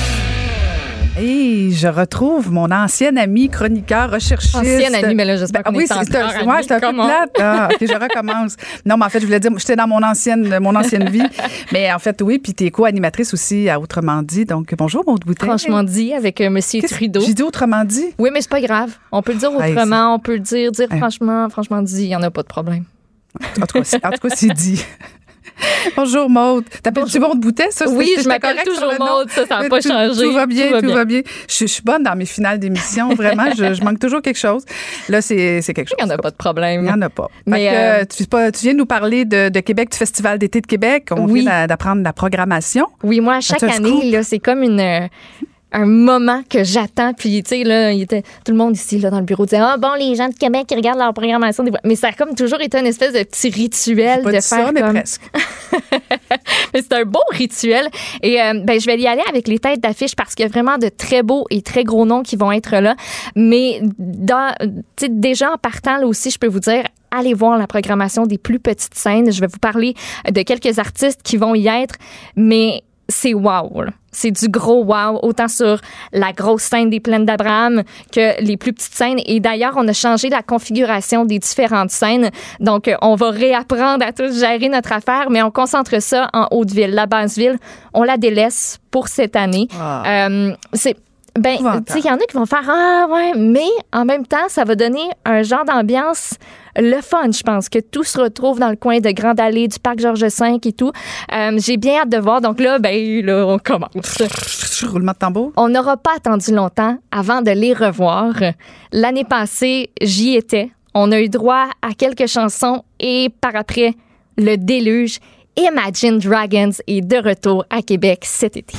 Speaker 3: Et je retrouve mon ancienne amie chroniqueur, recherchiste.
Speaker 8: Ancienne amie, mais là, j'espère
Speaker 3: ben,
Speaker 8: qu'on
Speaker 3: oui,
Speaker 8: est
Speaker 3: c'est,
Speaker 8: encore
Speaker 3: c'est, ouais, c'est un peu plate. Ah, OK, je recommence. Non, mais en fait, je voulais dire, j'étais dans mon ancienne, mon ancienne vie. Mais en fait, oui, puis tu es co-animatrice aussi à Autrement dit. Donc, bonjour, Maude Boutin.
Speaker 8: Franchement dit, avec euh, M. Trudeau.
Speaker 3: J'ai dit Autrement dit?
Speaker 8: Oui, mais c'est pas grave. On peut le dire autrement, hey, on peut le dire, dire hey. franchement, franchement dit, il n'y en a pas de problème.
Speaker 3: En tout cas, c'est, en tout cas, c'est dit. Bonjour Maude. T'appelles-tu Maude Boutet, ça?
Speaker 8: Oui, je m'appelle toujours Maude, ça, ça n'a pas changé.
Speaker 3: Tout va bien, tout va
Speaker 8: tout
Speaker 3: bien.
Speaker 8: Va bien.
Speaker 3: Je, je suis bonne dans mes finales d'émission, vraiment. je, je manque toujours quelque chose. Là, c'est, c'est quelque chose.
Speaker 8: Il n'y en a pas de problème.
Speaker 3: Il n'y en a pas.
Speaker 8: Mais
Speaker 3: que,
Speaker 8: euh,
Speaker 3: tu, pas, tu viens nous parler de, de Québec, du Festival d'été de Québec. On
Speaker 8: oui.
Speaker 3: vient d'apprendre la programmation.
Speaker 8: Oui, moi, chaque année, là, c'est comme une... un moment que j'attends, puis tu sais là, il était tout le monde ici là dans le bureau disait ah bon les gens de Québec qui regardent leur programmation, mais ça a comme toujours été une espèce de petit rituel
Speaker 3: pas
Speaker 8: de
Speaker 3: dit
Speaker 8: faire
Speaker 3: ça,
Speaker 8: comme...
Speaker 3: mais presque.
Speaker 8: Mais c'est un beau rituel et euh, ben je vais y aller avec les têtes d'affiche parce qu'il y a vraiment de très beaux et très gros noms qui vont être là, mais dans tu sais déjà en partant là aussi je peux vous dire allez voir la programmation des plus petites scènes. Je vais vous parler de quelques artistes qui vont y être, mais c'est wow, là. C'est du gros wow, autant sur la grosse scène des Plaines d'Abraham que les plus petites scènes. Et d'ailleurs, on a changé la configuration des différentes scènes. Donc, on va réapprendre à tous gérer notre affaire, mais on concentre ça en Haute-Ville. La Basse-Ville, on la délaisse pour cette année. Ah. Euh, c'est... Ben, tu sais, il y en a qui vont faire « Ah, ouais », mais en même temps, ça va donner un genre d'ambiance le fun, je pense, que tout se retrouve dans le coin de Grande Allée, du Parc Georges cinq et tout. Euh, j'ai bien hâte de voir. Donc là, ben là, on commence.
Speaker 3: Roulement de tambour.
Speaker 8: On n'aura pas attendu longtemps avant de les revoir. L'année passée, j'y étais. On a eu droit à quelques chansons et par après, le déluge. Imagine Dragons est de retour à Québec cet été.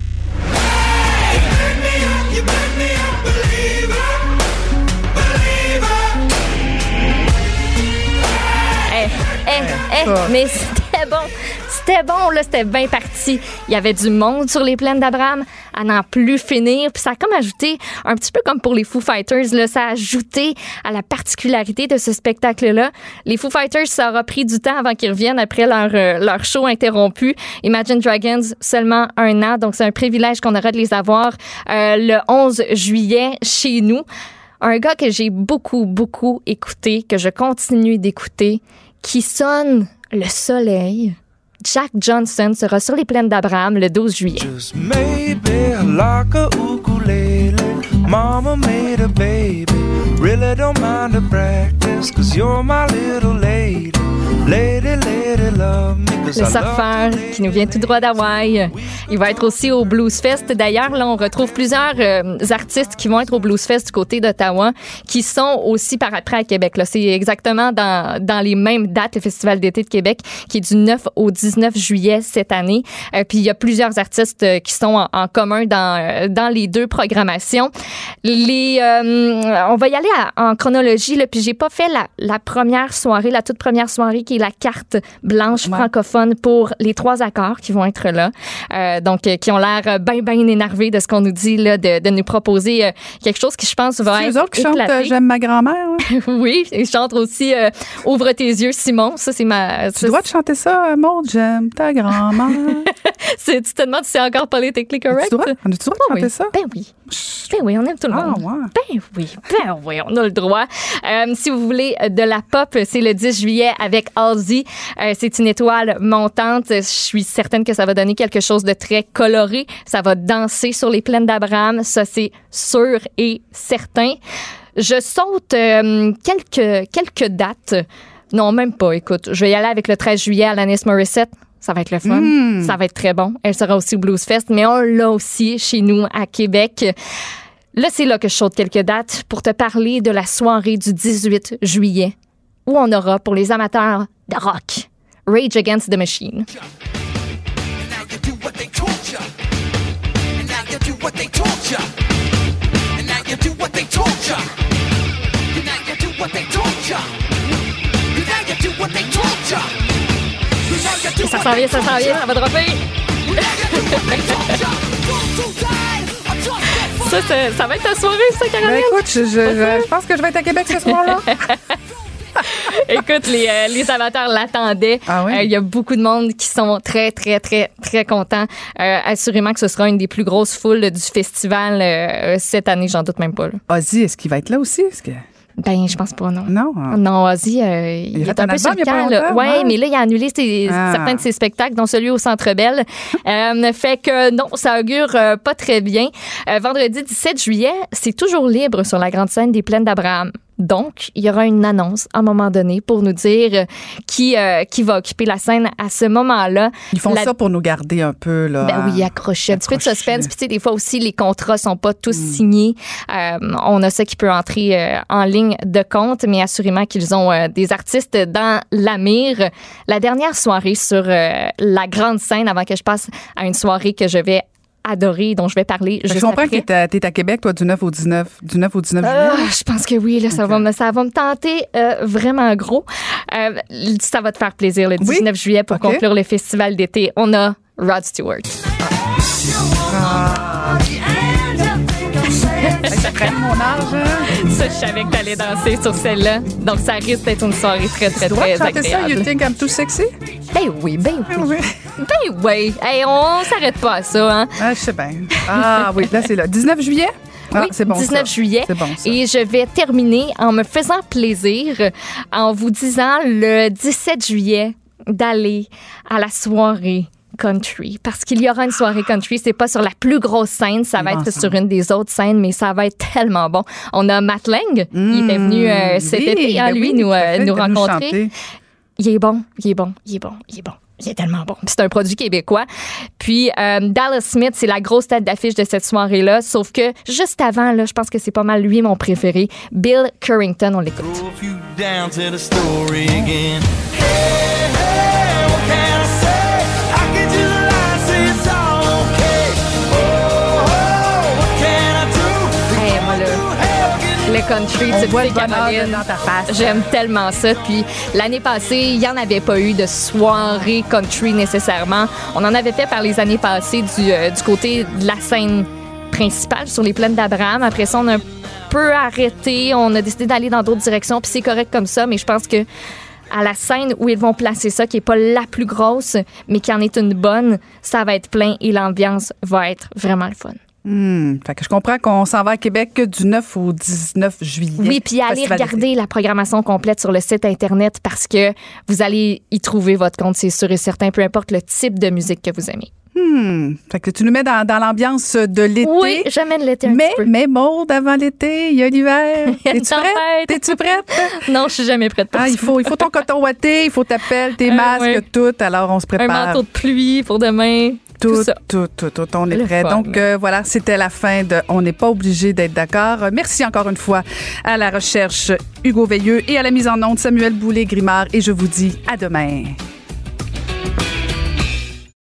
Speaker 8: Hey, hey, mais c'était bon. C'était bon, là, c'était bien parti. Il y avait du monde sur les Plaines d'Abraham à n'en plus finir. Puis ça a comme ajouté, un petit peu comme pour les Foo Fighters, là, ça a ajouté à la particularité de ce spectacle-là. Les Foo Fighters, ça aura pris du temps avant qu'ils reviennent après leur, euh, leur show interrompu. Imagine Dragons, seulement un an. Donc, c'est un privilège qu'on aura de les avoir euh, le onze juillet chez nous. Un gars que j'ai beaucoup, beaucoup écouté, que je continue d'écouter, qui sonne le soleil. Jack Johnson sera sur les Plaines d'Abraham le douze juillet. Just maybe like a ukulele. Mama made a baby. Really don't mind the practice, cause you're my little lady. Lady, lady, love me. Le surfeur qui nous vient tout droit d'Hawaï. Il va être aussi au Blues Fest. D'ailleurs, là, on retrouve plusieurs euh, artistes qui vont être au Blues Fest du côté d'Ottawa, qui sont aussi par après à Québec. Là. C'est exactement dans, dans les mêmes dates, le Festival d'été de Québec, qui est du neuf au dix-neuf juillet cette année. Euh, puis il y a plusieurs artistes euh, qui sont en, en commun dans, euh, dans les deux programmations. Les, euh, on va y aller à, en chronologie. Là, puis j'ai pas fait la, la première soirée, la toute première soirée qui est la carte blanche ouais. francophone pour les trois accords qui vont être là. Euh, donc, euh, qui ont l'air bien, bien énervés de ce qu'on nous dit, là, de, de nous proposer euh, quelque chose qui, je pense, va
Speaker 3: c'est
Speaker 8: être
Speaker 3: eux autres qui
Speaker 8: éclaté.
Speaker 3: chantent euh, J'aime ma grand-mère. Ouais.
Speaker 8: Oui, ils chantent aussi euh, Ouvre tes yeux, Simon. Ça, c'est ma...
Speaker 3: Tu
Speaker 8: ça,
Speaker 3: dois te chanter ça, Maude, j'aime ta grand-mère.
Speaker 8: c'est, tu te demandes si c'est encore politically correct?
Speaker 3: Tu dois, on a-tu le droit de chanter
Speaker 8: oui.
Speaker 3: ça?
Speaker 8: Ben oui. Ben oui, on aime tout le
Speaker 3: Ah,
Speaker 8: monde.
Speaker 3: ouais.
Speaker 8: Ben oui, ben oui, on a le droit. Euh, si vous voulez de la pop, c'est le dix juillet avec Halsey. Euh, c'est une étoile montante. Je suis certaine que ça va donner quelque chose de très coloré. Ça va danser sur les plaines d'Abraham. Ça, c'est sûr et certain. Je saute euh, quelques, quelques dates. Non, même pas. Écoute, je vais y aller avec le treize juillet à Alanis Morissette. Ça va être le fun. Mm. Ça va être très bon. Elle sera aussi au Blues Fest, mais on l'a aussi chez nous à Québec. Là, c'est là que je saute quelques dates pour te parler de la soirée du dix-huit juillet où on aura, pour les amateurs de rock, Rage Against the Machine. Ça s'en vient, ça s'en vient, ça va dropper. Ça, ça, ça va être ta soirée, ça, Caroline?
Speaker 3: Ben écoute, je, je, je pense que je vais être à Québec ce soir-là.
Speaker 8: Écoute, les, euh, les amateurs l'attendaient.
Speaker 3: Ah oui?
Speaker 8: Il euh, y a beaucoup de monde qui sont très, très, très, très contents. Euh, assurément que ce sera une des plus grosses foules du festival euh, cette année, j'en doute même pas. Là.
Speaker 3: Ozzy, est-ce qu'il va être là aussi? Est-ce que...
Speaker 8: Ben, je pense pas, non.
Speaker 3: Non? Ah.
Speaker 8: Non, Ozzy, euh, il, il est un, un peu sur le camp. Oui,
Speaker 3: ouais.
Speaker 8: mais là, il a annulé ses,
Speaker 3: ah.
Speaker 8: certains de ses spectacles, dont celui au Centre Bell. euh, fait que non, ça augure euh, pas très bien. Euh, vendredi dix-sept juillet, c'est toujours libre sur la grande scène des Plaines d'Abraham. Donc, il y aura une annonce à un moment donné pour nous dire qui, euh, qui va occuper la scène à ce moment-là.
Speaker 3: Ils font
Speaker 8: la...
Speaker 3: ça pour nous garder un peu, là.
Speaker 8: Ben oui, accrocher. Un petit peu de suspense. Puis, tu sais, des fois aussi, les contrats sont pas tous mm. signés. Euh, on a ça qui peut entrer euh, en ligne de compte, mais assurément qu'ils ont euh, des artistes dans la mire. La dernière soirée sur euh, la grande scène, avant que je passe à une soirée que je vais adoré, dont je vais parler juste
Speaker 3: Je comprends
Speaker 8: après.
Speaker 3: que tu es à Québec, toi, du neuf au dix-neuf, du neuf au dix-neuf
Speaker 8: euh,
Speaker 3: juillet.
Speaker 8: Je pense que oui, là, ça, okay. va me, ça va me tenter euh, vraiment gros. Euh, ça va te faire plaisir le dix-neuf oui? juillet pour okay. conclure le festival d'été. On a Rod Stewart. Ah.
Speaker 3: Ça prenne mon âge. Hein?
Speaker 8: Ça, je savais que t'allais danser sur celle-là. Donc, ça risque d'être une soirée très, très, très agréable.
Speaker 3: Tu ça, You Think I'm Too Sexy?
Speaker 8: Ben oui, ben oui. Ben oui. Hey, on s'arrête pas à ça, hein?
Speaker 3: Ah, je sais bien. Ah oui, là, c'est là. dix-neuf juillet? Ah,
Speaker 8: oui,
Speaker 3: c'est bon,
Speaker 8: dix-neuf
Speaker 3: ça.
Speaker 8: juillet.
Speaker 3: C'est bon, ça.
Speaker 8: Et je vais terminer en me faisant plaisir en vous disant le dix-sept juillet d'aller à la soirée country, parce qu'il y aura une soirée country. C'est pas sur la plus grosse scène, ça va être sur une des autres scènes, mais ça va être tellement bon. On a Matt Lang, mmh, il était venu euh, cet
Speaker 3: oui,
Speaker 8: été, hein,
Speaker 3: ben
Speaker 8: lui,
Speaker 3: oui,
Speaker 8: nous, euh, nous rencontrer.
Speaker 3: Nous
Speaker 8: il est bon, il est bon, il est bon, il est bon. Il est tellement bon. C'est un produit québécois. Puis euh, Dallas Smith, c'est la grosse tête d'affiche de cette soirée-là. Sauf que juste avant, là, je pense que c'est pas mal lui mon préféré. Bill Currington, on l'écoute. Le country, tu sais, Caroline,
Speaker 3: dans ta face.
Speaker 8: J'aime tellement ça. Puis l'année passée, il n'y en avait pas eu de soirée country nécessairement. On en avait fait par les années passées du, euh, du côté de la scène principale sur les plaines d'Abraham. Après ça, on a un peu arrêté. On a décidé d'aller dans d'autres directions. Puis c'est correct comme ça. Mais je pense que à la scène où ils vont placer ça, qui n'est pas la plus grosse, mais qui en est une bonne, ça va être plein et l'ambiance va être vraiment le fun.
Speaker 3: Mmh. Fait que je comprends qu'on s'en va à Québec du neuf au dix-neuf juillet.
Speaker 8: Oui, puis allez regarder la programmation complète sur le site Internet parce que vous allez y trouver votre compte, c'est sûr et certain, peu importe le type de musique que vous aimez.
Speaker 3: Hmm. Fait que tu nous mets dans, dans l'ambiance de l'été.
Speaker 8: Oui, j'amène l'été un
Speaker 3: mais,
Speaker 8: petit peu.
Speaker 3: Mais Maude, avant l'été, il y a l'hiver. T'es-tu prête? T'es-tu prête?
Speaker 8: Non, je suis jamais prête pour
Speaker 3: ah,
Speaker 8: ça.
Speaker 3: Il faut, il faut ton coton ouaté, il faut ta pelle, tes euh, masques, ouais. tout. Alors, on se prépare.
Speaker 8: Un manteau de pluie pour demain.
Speaker 3: Tout,
Speaker 8: tout, ça.
Speaker 3: tout, tout, tout, on est
Speaker 8: Le
Speaker 3: prêt.
Speaker 8: fun.
Speaker 3: Donc, euh, voilà, c'était la fin de On n'est pas obligé d'être d'accord. Merci encore une fois à la recherche Hugo Veilleux et à la mise en onde Samuel Boulay-Grimard. Et je vous dis à demain.